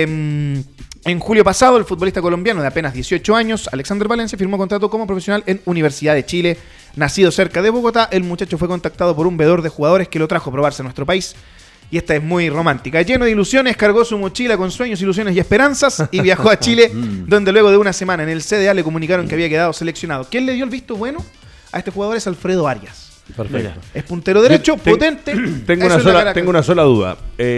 Eh, en julio pasado, el futbolista colombiano de apenas dieciocho años, Alexander Valencia, firmó contrato como profesional en Universidad de Chile. Nacido cerca de Bogotá, el muchacho fue contactado por un veedor de jugadores que lo trajo a probarse a nuestro país. Y esta es muy romántica. Lleno de ilusiones, cargó su mochila con sueños, ilusiones y esperanzas y viajó a Chile, donde luego de una semana en el C D A le comunicaron que había quedado seleccionado. ¿Quién le dio el visto bueno a este jugador? Es Alfredo Arias. Perfecto. Es puntero derecho, Yo ten- potente. Tengo Eso una, es la sola, cara- tengo una sola duda.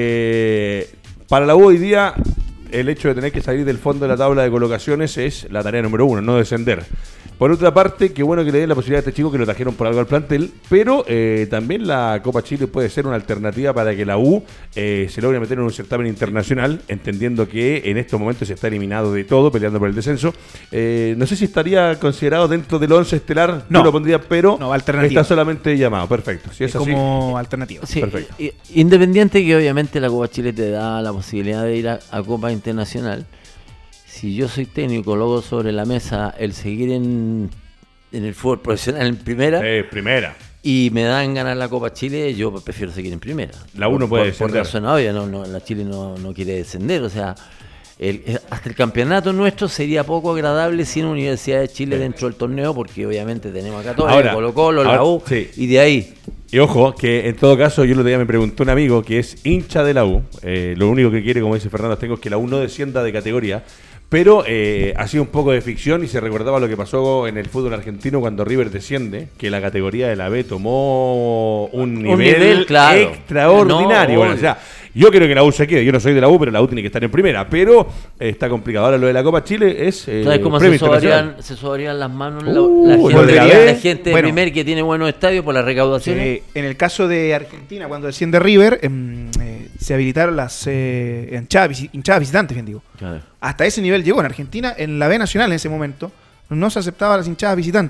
Eh, para la U hoy día, el hecho de tener que salir del fondo de la tabla de colocaciones es la tarea número uno, no descender. Por otra parte, qué bueno que le den la posibilidad a este chico que lo trajeron por algo al plantel, pero eh, también la Copa Chile puede ser una alternativa para que la U eh, se logre meter en un certamen internacional, entendiendo que en estos momentos se está eliminado de todo, peleando por el descenso. Eh, no sé si estaría considerado dentro del once estelar, no No. lo pondría, pero No, alternativa. está solamente llamado. Perfecto. Si es, es así, como alternativa. Sí, Perfecto. i- independiente que obviamente la Copa Chile te da la posibilidad de ir a, a Copa Internacional, si yo soy técnico, luego sobre la mesa el seguir en, en el fútbol profesional en primera Eh, primera. y me dan ganar la Copa Chile, yo prefiero seguir en primera. La U no Por- puede por, por descender. razón obvia, no, no, la Chile no, no quiere descender, o sea, el- el- hasta el campeonato nuestro sería poco agradable sin Universidad de Chile dentro del torneo, porque obviamente tenemos a Católica, Ahora, Colo Colo, la ahora, U, sí. y de ahí. Y ojo, que en todo caso, yo el otro día me preguntó un amigo que es hincha de la U. Eh, lo único que quiere, como dice Fernando Tengo, es que la U no descienda de categoría. Pero eh, ha sido un poco de ficción y se recordaba lo que pasó en el fútbol argentino cuando River desciende, que la categoría de la B tomó un nivel, nivel, claro. extraordinario. No, Bueno, o sea, yo creo que la U se quede. Yo no soy de la U, pero la U tiene que estar en primera. Pero eh, está complicado. Ahora lo de la Copa Chile es eh, ¿Sabes cómo premio se internacional. sobarían, se sobarían las manos la, Uh, la lo gente, de la la, B. gente de Bueno. primer que tiene buenos estadios por las recaudaciones? Eh, en el caso de Argentina, cuando desciende River, em, eh, se habilitaron las eh, hinchadas, visi- hinchadas visitantes, bien digo. Claro. Hasta ese nivel llegó en Argentina, en la B Nacional en ese momento, no se aceptaban las hinchadas visitantes.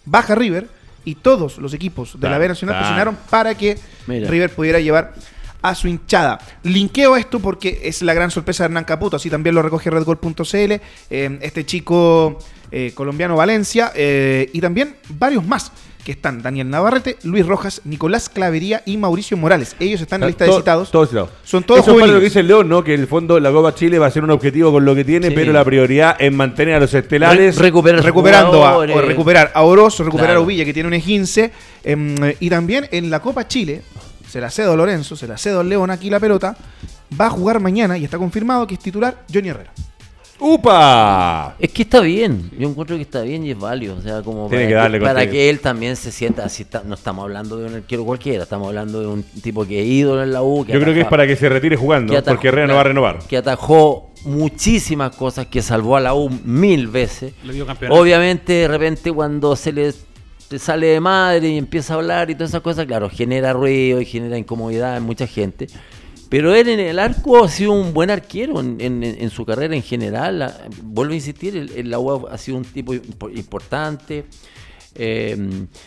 baja River y todos los equipos de Claro, la B Nacional claro. presionaron para que Mira. River pudiera llevar a su hinchada. Linkeo esto porque es la gran sorpresa de Hernán Caputo, así también lo recoge redgol punto c l, eh, este chico eh, colombiano Valencia, eh, y también varios más que están: Daniel Navarrete, Luis Rojas, Nicolás Clavería y Mauricio Morales. Ellos están en la lista de Todo- citados. Todos citados. Son todos Eso es para lo juveniles. que dice el León, ¿no? Que en el fondo la Copa Chile va a ser un objetivo con lo que tiene, Sí. pero la prioridad es mantener a los estelares. Re- recuperar recuperando a, jugadores. o recuperar a Oroz, recuperar Claro. a Uvilla, que tiene un E quince, eh, y también en la Copa Chile, se la cedo a Lorenzo, se la cedo al León aquí la pelota, va a jugar mañana y está confirmado que es titular Johnny Herrera. ¡Upa! Es que está bien, yo encuentro que está bien y es válido, o sea, como Tiene para, que darle para contenido. que él también se sienta así. Está- no estamos hablando de un arquero cualquiera, estamos hablando de un tipo que es ídolo en la U. Que Yo creo que es ataja- para que se retire jugando, que atajó- porque Herrera no va a renovar. Que atajó muchísimas cosas, que salvó a la U mil veces. Le dio campeonato. Obviamente, de repente, cuando se le se sale de madre y empieza a hablar y todas esas cosas, claro, genera ruido y genera incomodidad en mucha gente. Pero él en el arco ha sido un buen arquero en, en- en su carrera en general. La- vuelvo a insistir, el, el la U ha sido un tipo impo- importante. Eh,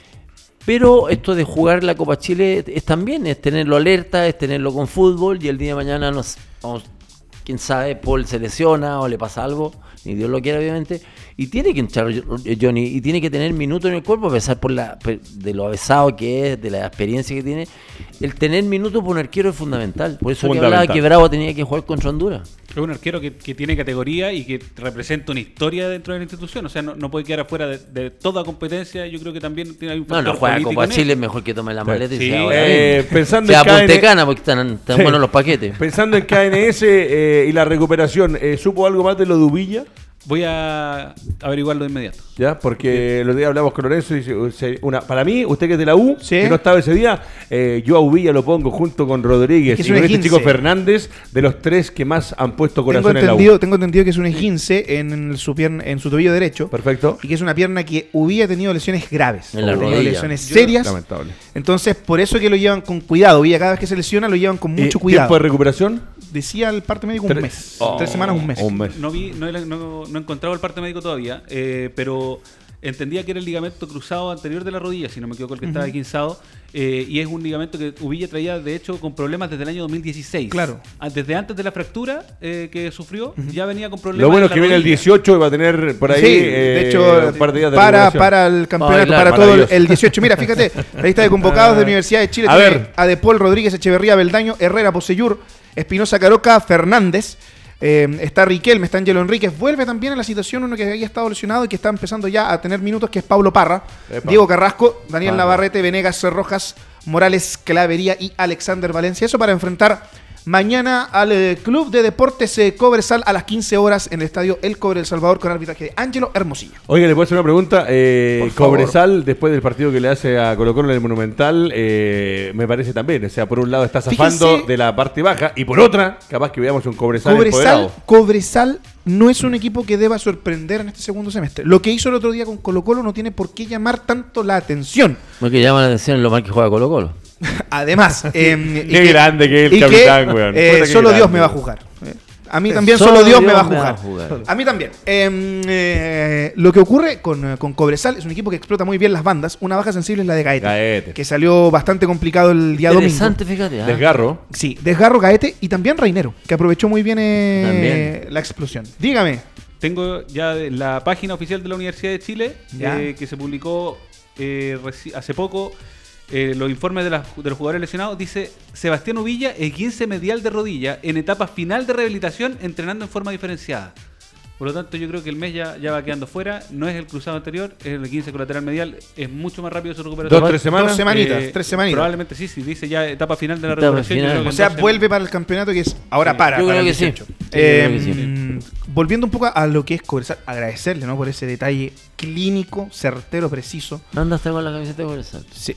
pero esto de jugar la Copa Chile es también, es tenerlo alerta, es tenerlo con fútbol, y el día de mañana nos vamos, quién sabe, Paul se lesiona o le pasa algo, ni Dios lo quiera obviamente, y tiene que entrar Johnny, y tiene que tener minutos en el cuerpo, a pesar por la, de lo avesado que es, de la experiencia que tiene. El tener minutos por un arquero es fundamental. Por eso que hablaba Fundamental. que Bravo tenía que jugar contra Honduras. Es un arquero que, que tiene categoría y que representa una historia dentro de la institución. O sea, no, no puede quedar afuera de, de toda competencia. Yo creo que también tiene hay un No, factor no juega político Copa en Chile, eso. es mejor que tome la maleta y Sí. se ahora Eh, mismo. pensando Se en K N apunte cana porque están, están Sí. buenos los paquetes. Pensando en K N S eh, y la recuperación, eh, ¿supo algo más de lo de Uvilla? Voy a averiguarlo de inmediato. ¿Ya? Porque el otro día hablamos con Lorenzo y dice, o sea, una, para mí, usted que es de la U, Sí. que no estaba ese día, eh, yo a Uvilla lo pongo junto con Rodríguez Es que es y un con este esguince. chico Fernández, de los tres que más han puesto Tengo corazón en la U. entendido, tengo entendido que es un E quince en su, pierna, en su tobillo derecho. Perfecto. Y que es una pierna que hubiera tenido lesiones graves. En la Ha tenido rodilla. lesiones serias. Lamentable. Entonces, por eso que lo llevan con cuidado. Villa cada vez que se lesiona lo llevan con ¿Y mucho ¿Tiempo cuidado. de recuperación? Decía el parte médico un Tres- mes. Oh, Tres semanas, un mes. un mes. No vi, no, he- no- no he encontrado el parte médico todavía, eh, pero entendía que era el ligamento cruzado anterior de la rodilla, si no me equivoco, el que estaba esguinzado, eh, y es un ligamento que Uvilla traía, de hecho, con problemas desde el año dos mil dieciséis. Claro. Ah, Desde antes de la fractura eh, que sufrió, ya venía con problemas. Lo bueno es en la que viene el rodilla. dieciocho y va a tener por ahí Sí, eh, de hecho, un par de días de para, recuperación. para el campeonato, Bailar, para todo el, maravilloso. el dieciocho. Mira, fíjate, la lista de convocados de Universidad de Chile A tiene ver. a De Paul, Rodríguez, Echeverría, Beldaño, Herrera, Poseyur, Espinosa, Caroca, Fernández. Eh, está Riquelme, está Angelo Enríquez. Vuelve también a la situación uno que había estado lesionado y que está empezando ya a tener minutos, que es Pablo Parra, Epa. Diego Carrasco, Daniel Parra. Navarrete, Venegas, Rojas, Morales, Clavería y Alexander Valencia. Eso para enfrentar mañana al eh, Club de Deportes eh, Cobresal a las quince horas en el estadio El Cobre El Salvador con arbitraje de Ángelo Hermosillo. Oiga, ¿le puedo hacer una pregunta? Eh, Por favor. Cobresal, después del partido que le hace a Colo Colo en el Monumental, eh, me parece también. O sea, por un lado está zafando Fíjese- de la parte baja y por otra, capaz que veamos un Cobresal, Cobresal, empoderado. Cobresal no es un equipo que deba sorprender en este segundo semestre. Lo que hizo el otro día con Colo Colo no tiene por qué llamar tanto la atención. Lo que llama la atención es lo mal que juega Colo Colo. Además, eh, y Qué grande que es el y capitán, weón. eh, Puta, qué solo Dios grande. me va a juzgar. Eh, A mí también Solo solo Dios, me Dios va a me va a juzgar. juzgar. A mí también. Eh, eh, lo que ocurre con, eh, con Cobresal es un equipo que explota muy bien las bandas. Una baja sensible es la de Gaete, Gaete. que salió bastante complicado el día domingo. Interesante, fíjate. ¿ah? Desgarro. Sí, Desgarro, Gaete y también Reinero, que aprovechó muy bien, eh, También. la explosión. Dígame. Tengo ya de la página oficial de la Universidad de Chile, Ya. eh, que se publicó eh, reci- hace poco, eh, los informes de, las- de los jugadores lesionados. Dice: Sebastián Uvilla, esguince medial de rodilla, en etapa final de rehabilitación, entrenando en forma diferenciada. Por lo tanto, yo creo que el mes ya, ya va quedando fuera. No es el cruzado anterior, es el esguince colateral medial. Es mucho más rápido su recuperación. Dos, tres semanas. Dos semanitas, Eh, tres semanitas. Probablemente sí, sí, dice ya etapa final de la Etapa recuperación. yo final. creo que O sea, en dos vuelve para el campeonato que es ahora Sí. para. Yo para creo el que sí. dieciocho. Sí, yo creo que sí. Eh, Volviendo un poco a lo que es Cobresal, agradecerle, ¿no? Por ese detalle clínico, certero, preciso. Anda hasta con la camiseta de Cobresal. Sí.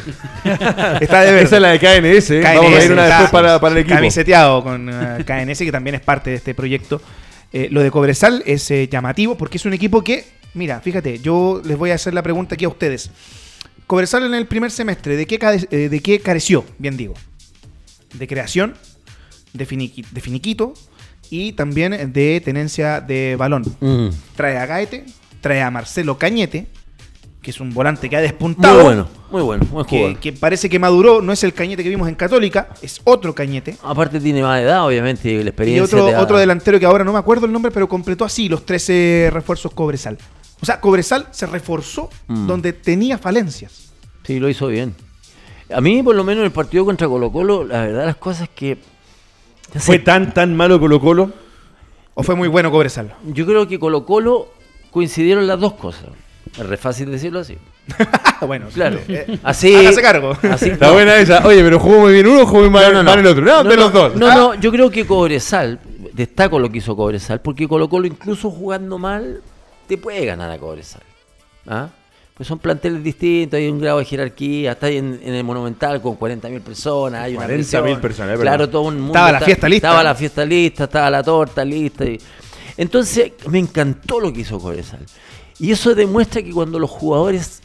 Está de ver. Esa es la de K N S. ¿eh? Vamos a ir una está después para, para el equipo. Camiseteado con eh, K N S, que también es parte de este proyecto. Eh, lo de Cobresal es eh, llamativo porque es un equipo que, mira, fíjate, yo les voy a hacer la pregunta aquí a ustedes. Cobresal en el primer semestre, ¿de qué, cade- eh, de qué careció? Bien digo. De creación, de, finiqui- de finiquito y también de tenencia de balón. Mm. Trae a Gaete, trae a Marcelo Cañete, que es un volante que ha despuntado. Muy bueno, muy bueno, buen que, jugador. que parece que maduró, no es el Cañete que vimos en Católica, es otro Cañete. Aparte tiene más edad, obviamente, y la Y experiencia. otro, te da- otro delantero que ahora no me acuerdo el nombre, pero completó así los trece refuerzos Cobresal. O sea, Cobresal se reforzó Mm. donde tenía falencias. Sí, lo hizo bien. A mí, por lo menos, en el partido contra Colo-Colo, la verdad, las cosas que... ya ¿Fue sé, tan, tan malo Colo-Colo? ¿O fue muy bueno Cobresal? Yo creo que Colo-Colo coincidieron las dos cosas. Es re fácil decirlo así. Bueno, Claro. eh, Así, hágase cargo. así- Está no. buena esa. Oye, pero jugó muy bien uno, jugó muy mal, No, no, no. mal el otro. No, No, de no, los dos. No, Ah, no, yo creo que Cobresal, destaco lo que hizo Cobresal, porque Colo-Colo incluso jugando mal, te puede ganar a Cobresal. ¿Ah? Pues son planteles distintos, hay un grado de jerarquía, está ahí en, en el Monumental con cuarenta mil personas, hay una cuarenta mil presión. personas, es Claro, verdad. todo un mundo. Estaba la está- fiesta lista, Estaba ¿no? la fiesta lista, estaba la torta lista. y- Entonces, me encantó lo que hizo Cobresal. Y eso demuestra que cuando los jugadores,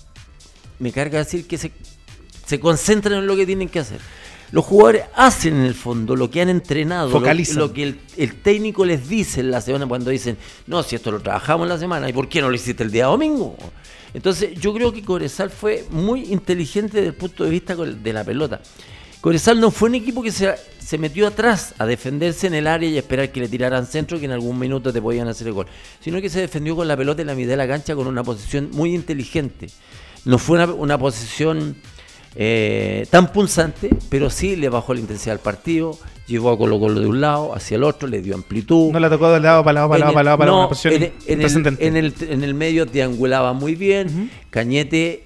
me carga decir que se, se concentran en lo que tienen que hacer. Los jugadores hacen en el fondo lo que han entrenado, lo, Focalizan. lo que el, el técnico les dice en la semana cuando dicen, no, si esto lo trabajamos en la semana, ¿y por qué no lo hiciste el día domingo? Entonces yo creo que Cobresal fue muy inteligente desde el punto de vista col- de la pelota. Cobresal no fue un equipo que se, se metió atrás a defenderse en el área y a esperar que le tiraran centro que en algún minuto te podían hacer el gol, sino que se defendió con la pelota en la mitad de la cancha con una posición muy inteligente. No fue una, una posición eh, tan punzante, pero sí le bajó la intensidad al partido, llevó a Colo Colo de un lado hacia el otro, le dio amplitud. No la tocó de lado para lado, para En lado, el- para lado, para no, una posición en, el- en el, trascendente. en, el, en el medio triangulaba muy bien. Cañete,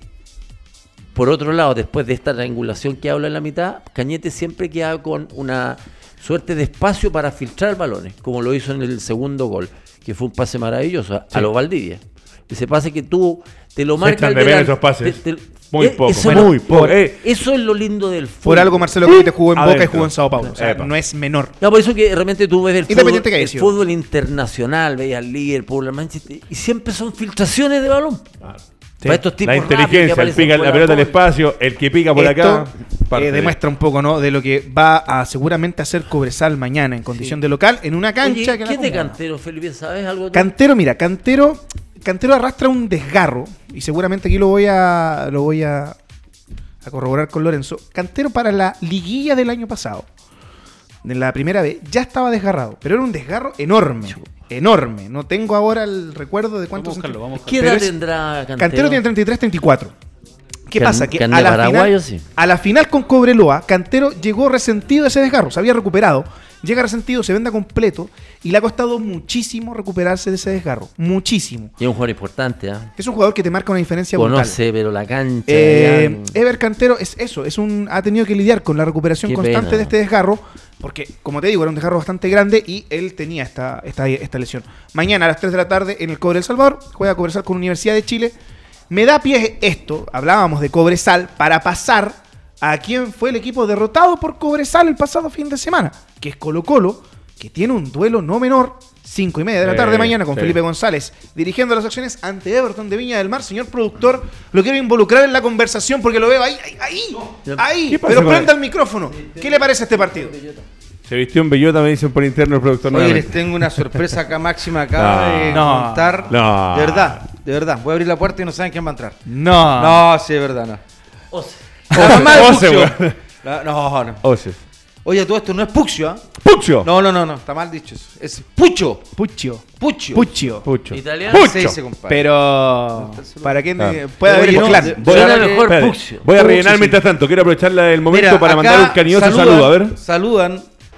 por otro lado, después de esta triangulación que habla en la mitad, Cañete siempre queda con una suerte de espacio para filtrar balones, como lo hizo en el segundo gol, que fue un pase maravilloso a, a lo Valdivia. Ese pase que tú te lo Se marcas. echan de menos esos pases. Muy poco, eso, muy es lo- poco. por- Eh. eso es lo lindo del fútbol. Por algo Marcelo Cañete jugó en Boca y Adentro. jugó en Sao Paulo. O sea, Epa. no es menor. No, por eso que realmente tú ves el fútbol, Independiente que haya el sido. fútbol internacional, veías al Liverpool, al Manchester, y siempre son filtraciones de balón. Para estos tipos La rápidos que inteligencia, el aparecen pica por la pelota al punta. espacio, el que pica por Esto acá. eh, parte de- demuestra un poco, ¿no? De lo que va a seguramente hacer Cobresal mañana en condición de local en una cancha Oye, que ¿qué la es de acomoda. Cantero, Felipe? ¿Sabes algo? tú? Cantero, mira, Cantero, Cantero arrastra un desgarro y seguramente aquí lo voy a lo voy a, a corroborar con Lorenzo. Cantero para la liguilla del año pasado, de la primera vez, ya estaba desgarrado, pero era un desgarro enorme, enorme. No tengo ahora el recuerdo de Vamos a cuántos buscarlo, vamos a ¿Qué pero edad es- tendrá Cantero? Cantero tiene treinta y tres, treinta y cuatro. ¿Qué Can- pasa? Que can a de la, paraguayo, final, sí. a la final con Cobreloa, Cantero llegó resentido de ese desgarro, se había recuperado, llega resentido, se venda completo y le ha costado muchísimo recuperarse de ese desgarro, muchísimo. Y es un jugador importante, ¿ah? Es un jugador que te marca una diferencia brutal. Conoce, pero la cancha. Eh, ya- Ever Cantero es eso, es un ha tenido que lidiar con la recuperación Qué constante pena. de este desgarro, porque como te digo, era un desgarro bastante grande y él tenía esta, esta, esta lesión. Mañana a las tres de la tarde en el Cobre El Salvador, juega Cobresal con Universidad de Chile. Me da pie esto, hablábamos de Cobresal, para pasar a quién fue el equipo derrotado por Cobresal el pasado fin de semana, que es Colo Colo, que tiene un duelo no menor, cinco y media de la Sí, tarde mañana con sí. Felipe González, dirigiendo las acciones ante Everton de Viña del Mar. Señor productor, lo quiero involucrar en la conversación porque lo veo ahí, ahí, ahí, ahí. ¿Qué pasa Pero con prenda él? el micrófono. ¿Qué le parece este partido? Se vistió en bellota, me dicen por interno el productor Oye, les nuevamente. tengo una sorpresa acá, Máxima acaba No, de no, contar. no. De verdad, de verdad. Voy a abrir la puerta y no saben quién va a entrar. No. No, sí, de verdad, no. O sea, La mamá de Ose, Puccio. weón. La- No, no. Oces. Oye, todo esto no es Puccio, ¿ah? ¡Pucho! No, no, no, no. Está mal dicho eso. Es Pucho. Puccio. Puccio. Puccio. Pucho. italiano. Pucho. Se dice, compadre. Pero para que Ah. pueda haber Oye, el no, clan. de- Voy a, Suena que- mejor espérate, Puccio. voy a Puccio, rellenar sí. mientras tanto. Quiero aprovechar el momento Mira, para acá mandar un cariñoso saludan- saludo. A ver. Saludan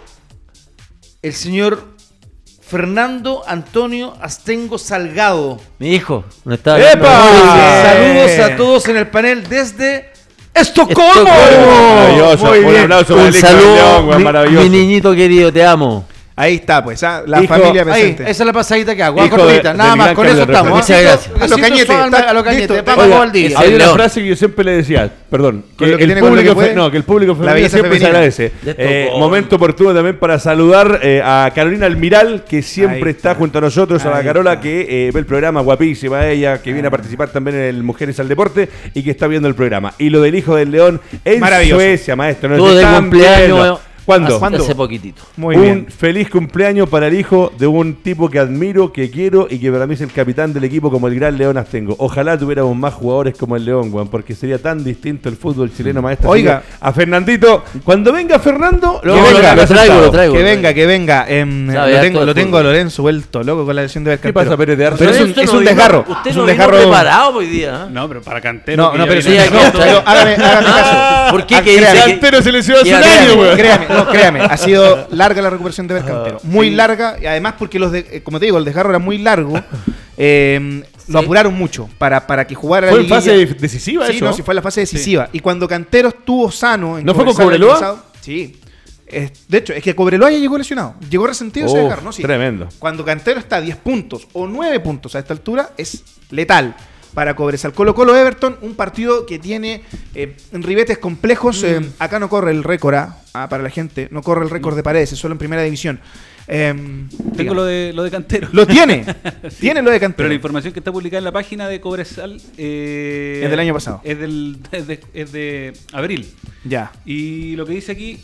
el señor Fernando Antonio Astengo Salgado. Mi hijo, no está ¡Epa! Saludos a todos en el panel desde Estocolmo. Estocolmo. Maravilloso. Muy Un bien. aplauso para Un el hijo del León, saludo, weón, mi, maravilloso. mi niñito querido, te amo. Ahí está, pues, ah, la Hijo, familia Ahí, presente. esa es la pasadita que hago. Hijo Cortita, de- nada del más, gran con eso Carlos estamos. Muchas Besito- gracias. A lo besitos Cañete, suave está- a lo Cañete, listo. Paco Oiga, Valdivia. hay el una León. frase que yo siempre le decía, perdón, que, Con lo que el, tiene, con lo público que puede, fe- no, que el público femenino belleza siempre se femenina. agradece. De Eh, Estocolmo. momento oportuno también para saludar eh, a Carolina Almiral, que siempre Ahí está. está. junto a nosotros, a la Ahí Carola, está. que eh, ve el programa, guapísima ella, que viene a participar también en el Mujeres al Deporte y que está viendo el programa. Y lo del hijo del León en Maravilloso. Suecia, maestro. no Todo es de tan cumpleaños, bueno. ¿Cuándo? ¿Cuándo? Hace poquitito. Muy un bien. feliz cumpleaños para el hijo de un tipo que admiro, que quiero y que para mí es el capitán del equipo como el gran León Astengo. Ojalá tuviéramos más jugadores como el León, Juan, porque sería tan distinto el fútbol chileno, maestro. Oiga. Así que a Fernandito, cuando venga Fernando, Que lo, venga, lo traigo, lo traigo. Que venga, que venga. Em, Sabe lo harto tengo, de lo tengo a fútbol. Lorenzo vuelto loco con la lesión de ¿Qué Bercantero. pasa, Pérez de Arce? Pero es un, Usted es no un vino- desgarro. Usted Es no un vino desgarro. preparado hoy día. ¿eh? No, pero para Cantero. No, que no, ya pero viene- sí, no, pero hágame, hágame caso. ¿Por qué? Ah, ¿Qué dice? créame, que- Cantero se lesionó hace Ya, un créame, año, Créame, weón. créame, no, créame, ha sido larga la recuperación de Bercantero, muy larga, y además porque los de, eh, como te digo, el desgarro era muy largo, eh, lo Sí. apuraron mucho para, para que jugara ¿Fue la en fase liguilla. decisiva Sí, eso? no, sí fue en la fase decisiva. Y cuando Cantero estuvo sano en ¿No fue con Cobresal el año Cobreloa? pasado, sí. Es- de hecho, es que Cobreloa ya llegó lesionado, llegó resentido ese Uf, desgarro, ¿no? Sí. tremendo. Cuando Cantero está a diez puntos o nueve puntos a esta altura, es letal para Cobresal. Colo Colo Everton, un partido que tiene eh, ribetes complejos. eh, acá no corre el récord, ah, ah, para la gente, no corre el récord de Paredes, es solo en primera división. Eh, Tengo dígame. lo de, lo de Cantero. Lo tiene, Sí. tiene lo de Cantero. Pero la información que está publicada en la página de Cobresal eh, Es del año pasado. Es, del, es, de, es de abril. Ya, Y lo que dice aquí,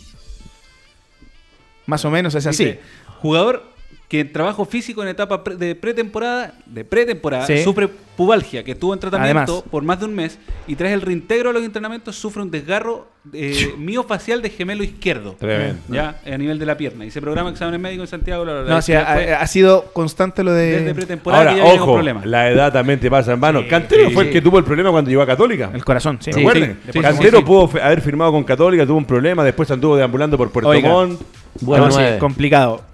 más o menos es así. dice, jugador que en trabajo físico en etapa pre- de pretemporada, de pretemporada, Sí. sufre pubalgia, que estuvo en tratamiento Además. por más de un mes y tras el reintegro a los entrenamientos sufre un desgarro eh, miofacial de gemelo izquierdo. Tremendo. Ya, a nivel de la pierna. Y se programa exámenes médicos en Santiago. Bla, bla, bla. No, Y sí, ya ha, fue ha sido constante lo de desde pretemporada Ahora, que ya viene con ojo, problemas. la edad también te pasa en mano. Sí, Cantero sí, fue sí. el que tuvo el problema cuando llegó a Católica. el corazón. Sí. ¿Recuerden? sí, sí, Cantero sí. pudo fe- haber firmado con Católica, tuvo un problema, después anduvo deambulando por Puerto Oiga. Montt. Bueno, No, sí, nueve. complicado.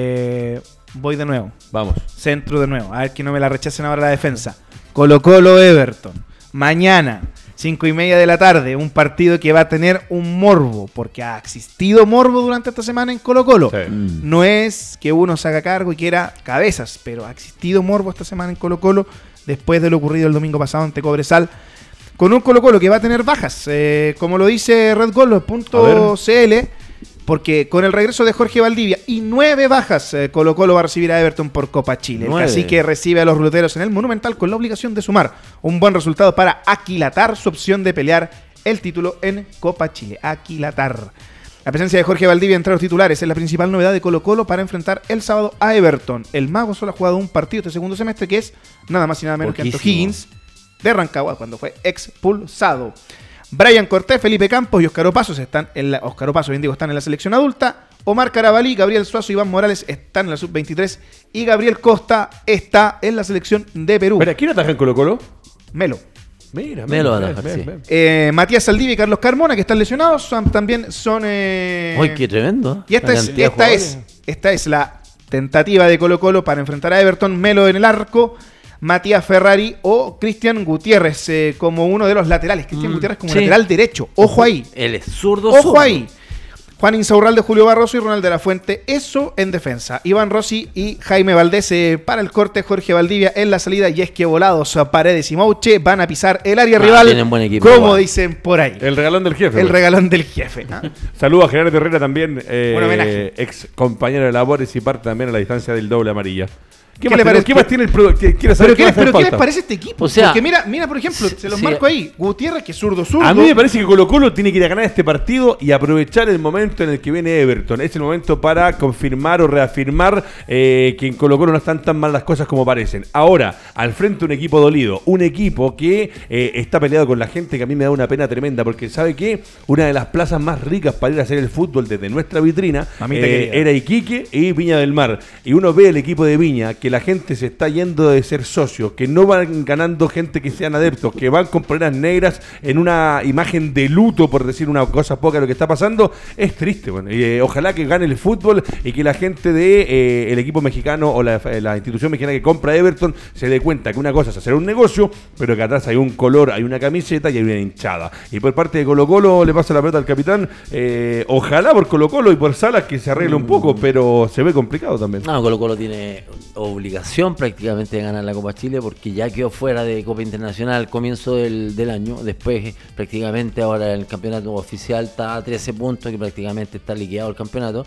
Eh, voy de nuevo. Vamos. Centro de nuevo. A ver que no me la rechacen ahora la defensa. Colo Colo Everton. Mañana, cinco y media de la tarde. Un partido que va a tener un morbo. Porque ha existido morbo durante esta semana en Colo Colo. Sí. Mm. No es que uno se haga cargo y quiera cabezas. Pero ha existido morbo esta semana en Colo Colo. Después de lo ocurrido el domingo pasado ante Cobresal. Con un Colo Colo que va a tener bajas. Eh, como lo dice red gol punto c l. Porque con el regreso de Jorge Valdivia y nueve bajas, eh, Colo Colo va a recibir a Everton por Copa Chile. El Nueve. Cacique recibe a los ruleteros en el Monumental con la obligación de sumar un buen resultado para aquilatar su opción de pelear el título en Copa Chile. Aquilatar. La presencia de Jorge Valdivia entre los titulares es la principal novedad de Colo Colo para enfrentar el sábado a Everton. El Mago solo ha jugado un partido este segundo semestre que es nada más y nada menos que Anto Poquísimo. Higgins de Rancagua cuando fue expulsado. Brian Cortés, Felipe Campos y Óscar Opasos están en la, Óscar Opaso, bien digo, están en la selección adulta. Omar Carabalí, Gabriel Suazo y Iván Morales están en la sub veintitrés. Y Gabriel Costa está en la selección de Perú. Mira, ¿quién ataja en Colo Colo? Melo. Mira, Me lo van a ven, dejar, ven, sí. ven. Eh, Matías Saldivia y Carlos Carmona, que están lesionados, son- también son... Eh, Uy, qué tremendo. y esta, La es, cantidad de esta, es, jugadores. esta es la tentativa de Colo Colo para enfrentar a Everton. Melo en el arco, Matías Ferrari o Cristian Gutiérrez eh, como uno de los laterales. Cristian Mm, Gutiérrez como sí. lateral derecho. Ojo ahí. Él es zurdo, Ojo zurdo. ahí. Juan Insaurralde, Julio Barroso y Ronald de la Fuente. Eso en defensa. Iván Rossi y Jaime Valdés eh, para el corte. Jorge Valdivia en la salida. Y es que volados a Paredes y Mouche van a pisar el área Ah, rival. tienen buen equipo, como igual. dicen por ahí. El regalón del jefe. El güey. regalón del jefe. ¿ah? Saludos a Gerardo Herrera también, eh, Un homenaje. ex compañero de labores y parte también a la distancia del doble amarilla. ¿Qué, ¿Qué más, le tiene- parece? ¿Qué más tiene el producto? ¿Quiere saber Pero, ¿qué, qué más pero hace ¿qué les falta? parece este equipo? O sea, Porque mira, mira, por ejemplo, sí, se los sí. marco ahí. Gutiérrez, que es zurdo, zurdo. A mí me parece que Colo Colo tiene que ir a ganar este partido y aprovechar el momento en el que viene Everton. Es el momento para confirmar o reafirmar eh, que en Colo Colo no están tan mal las cosas como parecen. Ahora, al frente un equipo dolido, un equipo que eh, está peleado con la gente, que a mí me da una pena tremenda, porque ¿sabe qué? Una de las plazas más ricas para ir a hacer el fútbol desde nuestra vitrina Mamita eh, querida. era Iquique y Viña del Mar. Y uno ve el equipo de Viña, que la gente se está yendo de ser socios, que no van ganando gente que sean adeptos, que van con poleras negras en una imagen de luto, por decir una cosa poca de lo que está pasando. Es triste, bueno. Y, eh, ojalá que gane el fútbol y que la gente de eh, el equipo mexicano o la, la institución mexicana que compra Everton se dé cuenta que una cosa es hacer un negocio, pero que atrás hay un color, hay una camiseta y hay una hinchada. Y por parte de Colo Colo le pasa la pelota al capitán. Eh, ojalá por Colo Colo y por Salas que se arregle un poco, pero se ve complicado también. No, Colo Colo tiene obligación prácticamente de ganar la Copa Chile porque ya quedó fuera de Copa Internacional al comienzo del, del año. Después prácticamente ahora el campeonato oficial está a trece puntos, que prácticamente está liquidado el campeonato.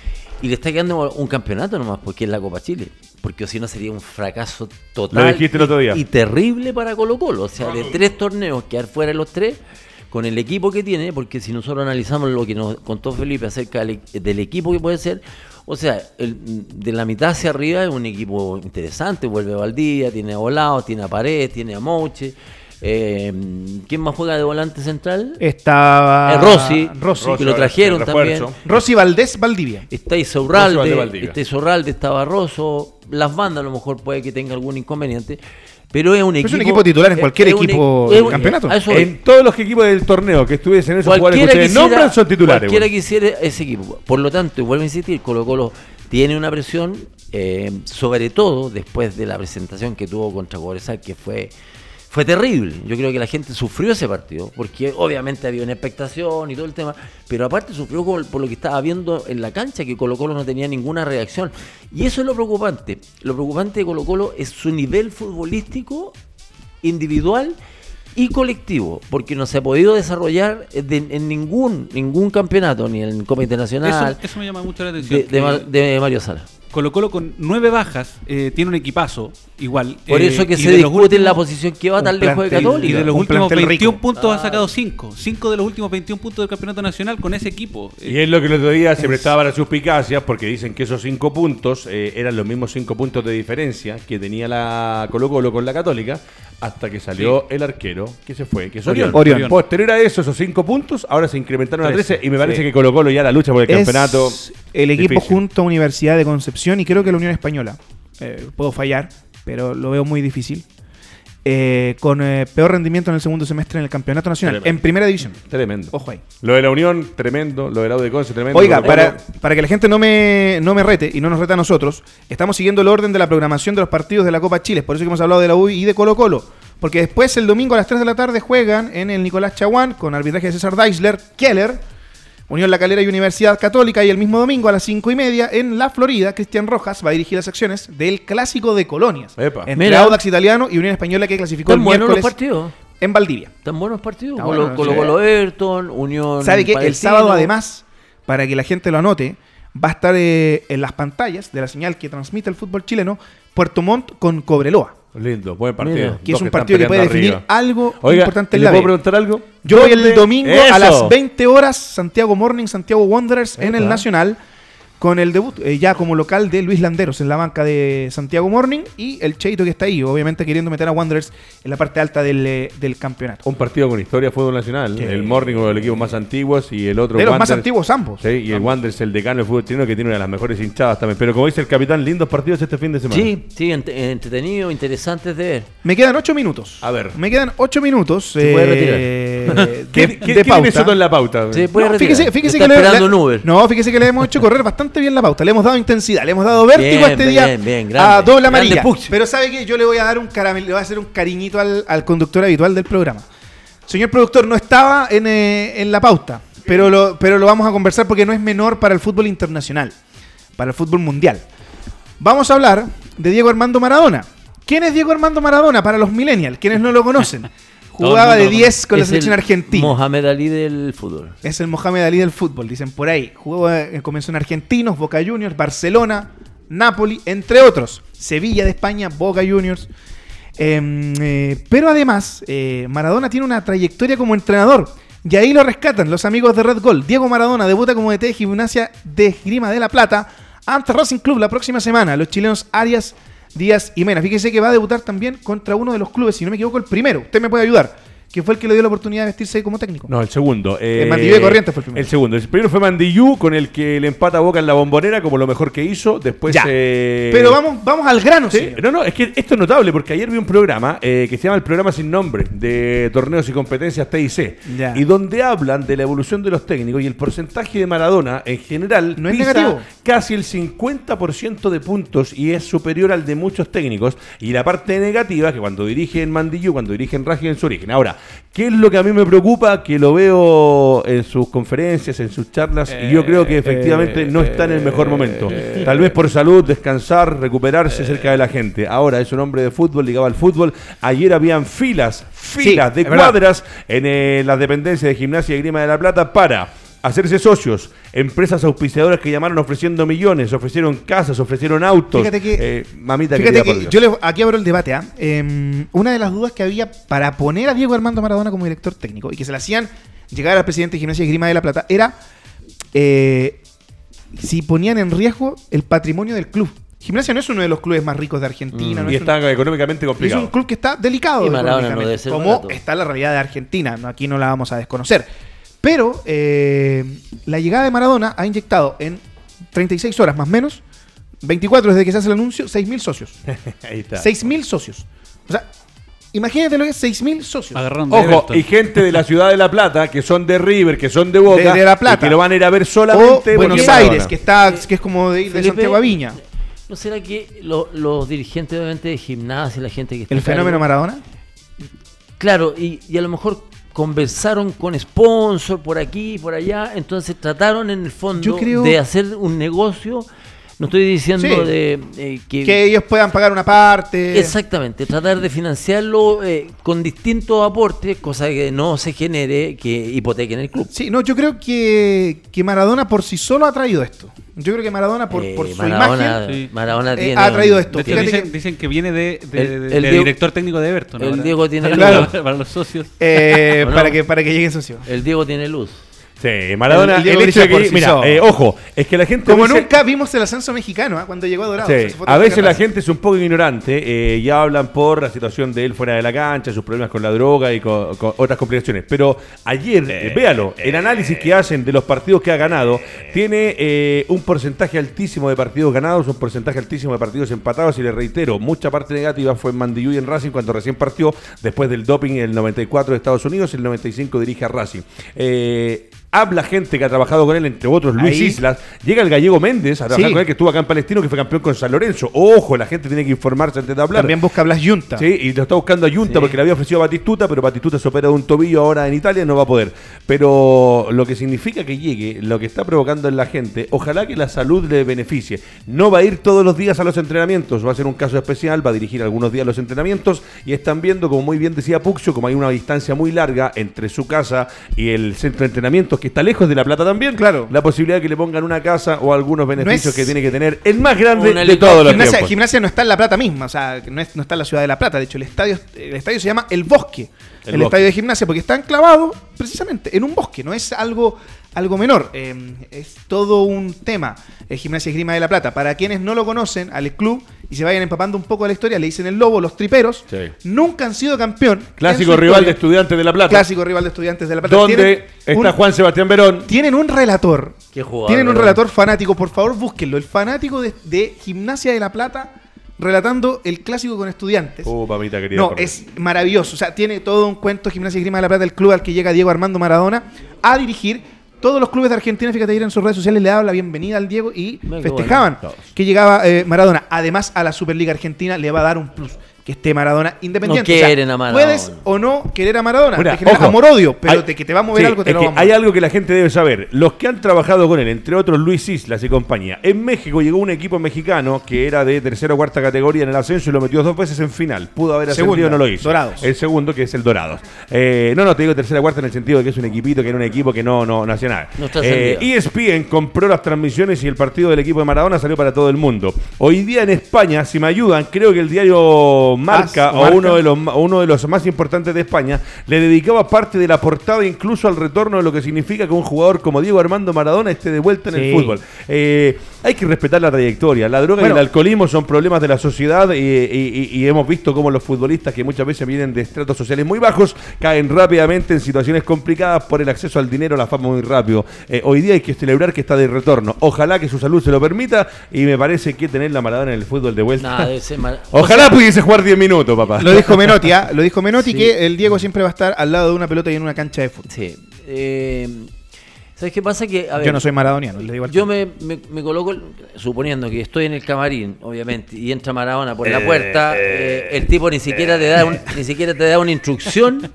Y le está quedando un campeonato nomás porque es la Copa Chile. Porque si no sería un fracaso total Lo dijiste el otro día. y terrible para Colo Colo. O sea, de tres torneos quedar fuera de los tres, con el equipo que tiene, porque si nosotros analizamos lo que nos contó Felipe acerca del, del equipo que puede ser, o sea, el, de la mitad hacia arriba es un equipo interesante, vuelve Valdivia, tiene a Volado, tiene a Paredes, tiene a Mouche. Eh, ¿Quién más juega de volante central? Estaba Eh, Rossi, Rossi, que lo trajeron el también. refuerzo. Rossi Valdés Valdivia. Está Isourralde, Rossi Valdivia. está Isourralde, está Barroso. Las bandas a lo mejor puede que tenga algún inconveniente, pero es un Pero equipo. es un equipo titular en cualquier es un equipo e- del es un- campeonato. a eso voy. En todos los equipos del torneo que estuviesen esos jugadores que ustedes quisiera- nombran son titulares. Cualquiera bueno. quisiera ese equipo. Por lo tanto, y vuelvo a insistir, Colo Colo tiene una presión, eh, sobre todo después de la presentación que tuvo contra Cobresal, que fue fue terrible. Yo creo que la gente sufrió ese partido, porque obviamente había una expectación y todo el tema, pero aparte sufrió por, por lo que estaba viendo en la cancha, que Colo Colo no tenía ninguna reacción. Y eso es lo preocupante. Lo preocupante de Colo Colo es su nivel futbolístico individual y colectivo, porque no se ha podido desarrollar de- en ningún ningún campeonato, ni en Copa Internacional, Eso, eso me llama mucho la atención. de, de que Mar- de Mario Sala. Colo Colo con nueve bajas eh, tiene un equipazo igual. Por eh, eso que y se de los discute en la últimos- posición que va un tan lejos de plantel- Católica. Y de los Un últimos plantel veintiún rico. puntos Ah. ha sacado cinco. cinco de los últimos veintiún puntos del campeonato nacional con ese equipo. Y es lo que el otro día se prestaba para suspicacias, porque dicen que esos cinco puntos eh, eran los mismos cinco puntos de diferencia que tenía la Colo Colo con la Católica, hasta que salió el arquero, que se fue, que es Orión. Orión. Orión. Posterior a eso, esos cinco puntos, ahora se incrementaron a Trece, trece, y me parece sí. que Colo Colo ya la lucha por el Es campeonato. el equipo difícil. junto a Universidad de Concepción y creo que la Unión Española. Eh, puedo fallar, pero lo veo muy difícil. Eh, con eh, peor rendimiento en el segundo semestre en el campeonato nacional, Tremendo. en primera división. Tremendo. Ojo ahí. Lo de la Unión, tremendo. Lo del Aude Conce, tremendo. Oiga, Colo para, Colo, para que la gente no me, no me rete y no nos reta a nosotros, estamos siguiendo el orden de la programación de los partidos de la Copa Chile. Por eso que hemos hablado de la U y de Colo Colo. Porque después, el domingo a las tres de la tarde, juegan en el Nicolás Chaguán con arbitraje de César Deisler, Keller, Unión La Calera y Universidad Católica. Y el mismo domingo a las cinco y media en La Florida, Cristian Rojas va a dirigir las acciones del Clásico de Colonias. Epa. Entre Mira. Audax Italiano y Unión Española, que clasificó el Están buenos los miércoles partidos. en Valdivia. Tan buenos partidos. Está Colo bueno, Colo, sí. Colo Everton, Unión. ¿Sabe qué? El Palestino. sábado, además, para que la gente lo anote, va a estar eh, en las pantallas de la señal que transmite el fútbol chileno, Puerto Montt con Cobreloa, Lindo, buen partido. Mira. que Dos es un están partido que puede peleando definir arriba. algo Oiga, importante en ¿le la puedo B. preguntar algo? Yo voy el ¿Dónde? domingo Eso. a las veinte horas, Santiago Morning, Santiago Wanderers en el Epa. Nacional, con el debut eh, ya como local de Luis Landeros en la banca de Santiago Morning y el Cheito que está ahí, obviamente queriendo meter a Wanderers en la parte alta del, eh, del campeonato. Un partido con historia de fútbol nacional. Sí. El Morning, uno de los equipos más antiguos, y el otro De los más Wanderers. antiguos ambos. Sí, y el Wanderers, el decano del fútbol chileno, que tiene una de las mejores hinchadas también. Pero como dice el capitán, lindos partidos este fin de semana. Sí, sí, ent- entretenido, interesantes de ver. Me quedan ocho minutos. A ver. Me quedan ocho minutos. Se puede eh, de, ¿Qué, de qué, ¿qué tiene pauta. Soto en la pauta? Se puede No, retirar. fíjese, fíjese Está que le- esperando le- un Uber. No, fíjese que le hemos hecho correr bastante bien la pauta. Le hemos dado intensidad, le hemos dado vértigo Bien, a este día bien, bien, grande. a doble Grande amarilla. Puch. Pero ¿sabe qué? Yo le voy a dar un caramel, le voy a hacer un cariñito al, al conductor habitual del programa. Señor productor, no estaba en, eh, en la pauta, pero lo, pero lo vamos a conversar porque no es menor para el fútbol internacional, para el fútbol mundial. Vamos a hablar de Diego Armando Maradona. ¿Quién es Diego Armando Maradona para los millennials? Quienes no lo conocen. Jugaba de mundo lo diez con la Es selección el argentina. Mohamed Ali del fútbol. Es el Mohamed Ali del fútbol, dicen por ahí. Jugó, eh, comenzó en Argentinos, Boca Juniors, Barcelona, Napoli, entre otros. Sevilla de España, Boca Juniors. Eh, eh, pero además, eh, Maradona tiene una trayectoria como entrenador. Y ahí lo rescatan los amigos de Red Gol. Diego Maradona debuta como D T de Gimnasia de Esgrima de La Plata ante Racing Club la próxima semana. Los chilenos Arias, Díaz y Mena. Fíjese que va a debutar también contra uno de los clubes, si no me equivoco, el primero. Usted me puede ayudar. Que fue el que le dio la oportunidad de vestirse como técnico. No, el segundo. Eh, El Mandillú de Corrientes fue el primero. El segundo. El primero fue Mandillú, con el que le empata a Boca en la Bombonera, como lo mejor que hizo. Después. Ya. eh, Pero vamos, vamos al grano, Sí, señor. no, no, es que esto es notable porque ayer vi un programa eh, que se llama el Programa Sin Nombre de Torneos y Competencias T I C, Ya. y donde hablan de la evolución de los técnicos, y el porcentaje de Maradona en general No es pisa negativo. casi el cincuenta por ciento de puntos y es superior al de muchos técnicos. Y la parte negativa, que cuando dirige en Mandillú, cuando dirige en Racing, en su origen. Ahora, ¿qué es lo que a mí me preocupa? Que lo veo en sus conferencias, en sus charlas, y yo creo que efectivamente no está en el mejor momento. Tal vez por salud, descansar, recuperarse cerca de la gente. Ahora es un hombre de fútbol, ligado al fútbol. Ayer habían filas, filas Sí, de es verdad. cuadras en eh, las dependencias de Gimnasia y Grima de La Plata para hacerse socios. Empresas auspiciadoras que llamaron ofreciendo millones, ofrecieron casas, ofrecieron autos. Fíjate que, eh, mamita fíjate querida, que por Dios. yo le- aquí abro el debate. ¿ah? Eh, una de las dudas que había para poner a Diego Armando Maradona como director técnico y que se le hacían llegar al presidente de Gimnasia y Esgrima de La Plata era eh, si ponían en riesgo el patrimonio del club. Gimnasia no es uno de los clubes más ricos de Argentina. Mm. no Y es un- está económicamente Es complicado. un club que está delicado Y Maradona no económicamente, debe ser como barato. está la realidad de Argentina. No, aquí no la vamos a desconocer. Pero eh, la llegada de Maradona ha inyectado en treinta y seis horas más o menos, veinticuatro desde que se hace el anuncio, seis mil socios. Ahí está. seis mil socios. O sea, imagínate lo que es seis mil socios. Agarraron de Ojo, Everton. y gente de la ciudad de La Plata, que son de River, que son de Boca, De- de La Plata. y que lo van a ir a ver O solamente Buenos porque Aires, Maradona. que está que es como de ir de Felipe, Santiago a Viña. ¿No será que lo- los dirigentes obviamente de gimnasia, la gente que está El a cargo- fenómeno Maradona. Claro, y, y a lo mejor conversaron con sponsor por aquí, por allá, entonces trataron en el fondo Yo creo- de hacer un negocio, no estoy diciendo Sí. de eh, que, Que ellos puedan pagar una parte. exactamente, tratar de financiarlo eh, con distintos aportes, cosa que no se genere que hipotequen el club. Sí, no, yo creo que, que Maradona por sí solo ha traído esto. Yo creo que Maradona por, Eh, por su Maradona, imagen Sí. Maradona eh, tiene ha traído un- esto. De hecho, Fíjate dicen, que- dicen que viene de, de, El- de- el de Diego- director técnico de Everton. el ahora. Diego tiene para, luz. para los socios. eh, ¿O no? para que para que lleguen socios. El Diego tiene luz. Sí, Maradona, El el, Diego hecho de brilla por que, sí mira, solo. eh, ojo, es que la gente Como dice- nunca vimos el ascenso mexicano ¿ah? cuando llegó a Dorado. Sí, O sea, se fue a todo veces la atrás. gente es un poco ignorante, eh, ya hablan por la situación de él fuera de la cancha, sus problemas con la droga y con, con otras complicaciones. Pero ayer, eh, véalo, el análisis que hacen de los partidos que ha ganado tiene eh, un porcentaje altísimo de partidos ganados, un porcentaje altísimo de partidos empatados. Y le reitero, mucha parte negativa fue en Mandillú y en Racing cuando recién partió, después del doping en el noventa y cuatro de Estados Unidos, el noventa y cinco dirige a Racing. Eh, Habla gente que ha trabajado con él, entre otros Luis Ahí. Islas. Llega el gallego Méndez a trabajar Sí. con él, que estuvo acá en Palestino, que fue campeón con San Lorenzo. Ojo, la gente tiene que informarse antes de hablar. También busca Blas Yunta. Sí, y lo está buscando a Junta Sí. porque le había ofrecido a Batistuta, pero Batistuta se opera de un tobillo ahora en Italia, no va a poder. Pero lo que significa que llegue, lo que está provocando en la gente, ojalá que la salud le beneficie. No va a ir todos los días a los entrenamientos, va a ser un caso especial, va a dirigir algunos días los entrenamientos y están viendo, como muy bien decía Puxio, como hay una distancia muy larga entre su casa y el centro de entrenamientos, que está lejos de La Plata también, Claro. la posibilidad de que le pongan una casa o algunos beneficios es- que tiene que tener el más grande Un de helicóptero. todos los Gimnasia, tiempos. Gimnasia no está en La Plata misma, o sea, no, es- no está en la ciudad de La Plata. De hecho, el estadio, el estadio se llama El Bosque, El el, Bosque. estadio de Gimnasia, porque está enclavado precisamente en un bosque, no es algo, algo menor, eh, es todo un tema. El Gimnasia Esgrima de La Plata, para quienes no lo conocen, al club, y se vayan empapando un poco de la historia, le dicen el Lobo, los triperos, Sí. nunca han sido campeón. en Clásico su rival historia. de Estudiantes de La Plata. Clásico rival de Estudiantes de La Plata. Donde Tienen está un- Juan Sebastián Verón. Tienen un relator. Qué jugador, Tienen un Verón. relator fanático, por favor búsquenlo. El fanático de, de Gimnasia de La Plata relatando el clásico con Estudiantes. Uh, mamita querida. No, por es maravilloso. O sea, tiene todo un cuento Gimnasia y Esgrima de La Plata, el club al que llega Diego Armando Maradona a dirigir. Todos los clubes de Argentina, fíjate, ayer en sus redes sociales le daban la bienvenida al Diego y Mira qué festejaban bueno. que llegaba eh, Maradona. Además, a la Superliga Argentina le va a dar un plus. Que esté Maradona independiente. No O sea, quieren a Maradona. Puedes o no querer a Maradona. Mira, te genera ojo, amor-odio, pero hay- de que te va a mover sí, algo te es lo que va a mover. hay algo que la gente debe saber. Los que han trabajado con él, entre otros Luis Islas y compañía. En México llegó un equipo mexicano que era de tercera o cuarta categoría en el ascenso y lo metió dos veces en final. Pudo haber ascendido, Segunda, no lo hizo. Dorados. El segundo, que es el Dorados. Eh, no, no, te digo tercera o cuarta en el sentido de que es un equipito, que era un equipo que no, no, no hacía nada. No está Eh, ascendido. E S P N compró las transmisiones y el partido del equipo de Maradona salió para todo el mundo. Hoy día en España, si me ayudan, creo que el diario Marca As, o Marca. uno de los uno de los más importantes de España le dedicaba parte de la portada incluso al retorno de lo que significa que un jugador como Diego Armando Maradona esté de vuelta en el Sí. fútbol. Eh, hay que respetar la trayectoria. La droga Bueno. y el alcoholismo son problemas de la sociedad y, y- y- y hemos visto cómo los futbolistas que muchas veces vienen de estratos sociales muy bajos caen rápidamente en situaciones complicadas por el acceso al dinero, a la fama muy rápido. Eh, hoy día hay que celebrar que está de retorno. Ojalá que su salud se lo permita y me parece que tener la Maradona en el fútbol de vuelta. Nada, debe ser mal- Ojalá pudiese jugar diez minutos, papá. Lo dijo Menotti, ¿ah? Lo dijo Menotti Sí. que el Diego siempre va a estar al lado de una pelota y en una cancha de fútbol. Sí. Eh, ¿Sabes qué pasa? Que, a ver, Yo no soy maradoniano, le digo al Yo me, me- me coloco, suponiendo que estoy en el camarín, obviamente, y entra Maradona por la puerta, eh, el tipo ni siquiera te da un- ni siquiera te da una instrucción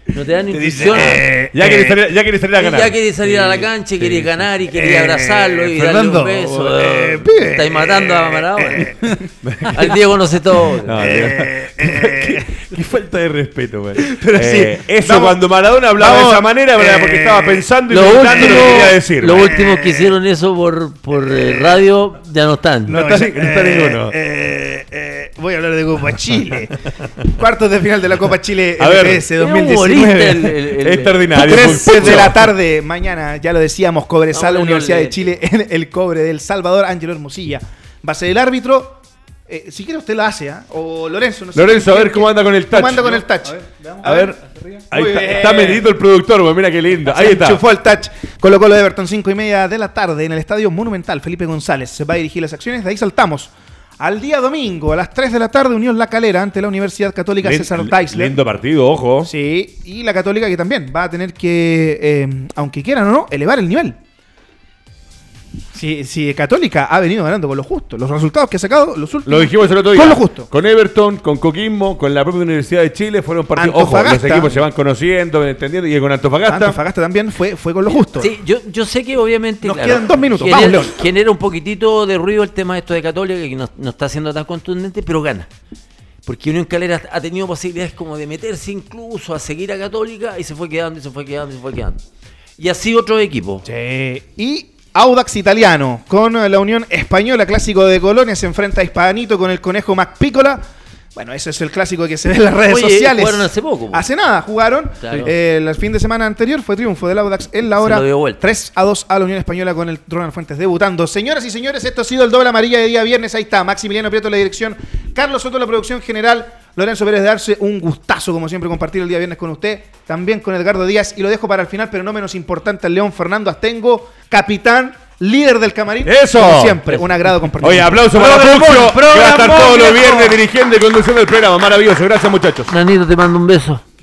No te dan Te dice, instrucciones. eh, Ya querés salir, ya querés salir a Y ganar. ya querés salir a la cancha y querés ganar y querés abrazarlo y Fernando, darle un beso. eh, pibe, Estáis matando a Maradona. eh, Al Diego no sé todo. No, eh, eh, Qué falta de respeto, güey. Pero Eh, sí, eso vamos- cuando Maradona hablaba vamos, de esa manera era porque eh, estaba pensando y Lo meditando lo que quería decir. Los güey. últimos que hicieron eso por, por eh, radio ya no están. No está- no está ninguno. eh, eh, voy a hablar de Copa Chile. Cuartos de final de la Copa Chile A ver, M P S Es dos un mil humorista diecinueve. el- el- el- Extraordinario. tres Pucho. de la tarde, mañana, ya lo decíamos, Cobresal, Vamos a Universidad de leer. Chile, en el cobre del Salvador, Ángelo Hermosilla. Va a ser el árbitro. Eh, si quiere usted lo hace, ¿ah? O Lorenzo, no sé. Lorenzo, a quién- ver cómo anda con el touch. ¿Cómo anda con el touch? A ver, ahí Muy está, bien. está medito el productor, güey, mira qué lindo. Ahí Se está. enchufó el touch. Colo Colo de Everton, cinco y media de la tarde en el Estadio Monumental. Felipe González se va a dirigir las acciones. De ahí saltamos al día domingo a las tres de la tarde. Unión La Calera ante la Universidad Católica Lin- César li- Deisler. Lindo partido, ojo. Sí, y la Católica que también va a tener que, eh, aunque quieran o no, elevar el nivel. Si, si Católica ha venido ganando con lo justo, los resultados que ha sacado, los últimos. Lo dijimos el otro día. Con lo justo. Con Everton, con Coquimbo, con la propia Universidad de Chile fueron partidos. Ojo, los Antofagasta. equipos se van conociendo, entendiendo. Y con Antofagasta. Antofagasta también fue, fue con lo justo. Sí, yo, yo sé que obviamente. Nos quedan dos minutos. Genera, Vamos, León. genera un poquitito de ruido el tema de esto de Católica, que no, no está siendo tan contundente, pero gana. Porque Unión Calera ha tenido posibilidades como de meterse incluso a seguir a Católica y se fue quedando, y se fue quedando, y se fue quedando. Y así otro equipo. Sí. Y Audax Italiano con la Unión Española, clásico de Colonia, se enfrenta a Hispanito con el Conejo Mac Piccola. Bueno, ese es el clásico que se ve en las redes Oye, sociales. jugaron hace poco, po. Hace nada, jugaron. Claro. Eh, el fin de semana anterior fue triunfo del Audax en la Se hora lo dio vuelta. tres a dos a la Unión Española con el Ronald Fuentes debutando. Señoras y señores, esto ha sido el doble amarilla de día viernes. Ahí está, Maximiliano Prieto en la dirección, Carlos Soto en la producción general, Lorenzo Pérez de Arce. Un gustazo, como siempre, compartir el día viernes con usted. También con Edgardo Díaz. Y lo dejo para el final, pero no menos importante, el León Fernando Astengo, capitán, líder del camarín. ¡Eso! Como siempre, un agrado compartir. Oye, aplauso para Programón, Pucho, que va a estar programón, todos los viejo. viernes dirigiendo y conduciendo el programa. Maravilloso, gracias muchachos. Nanito, te mando un beso.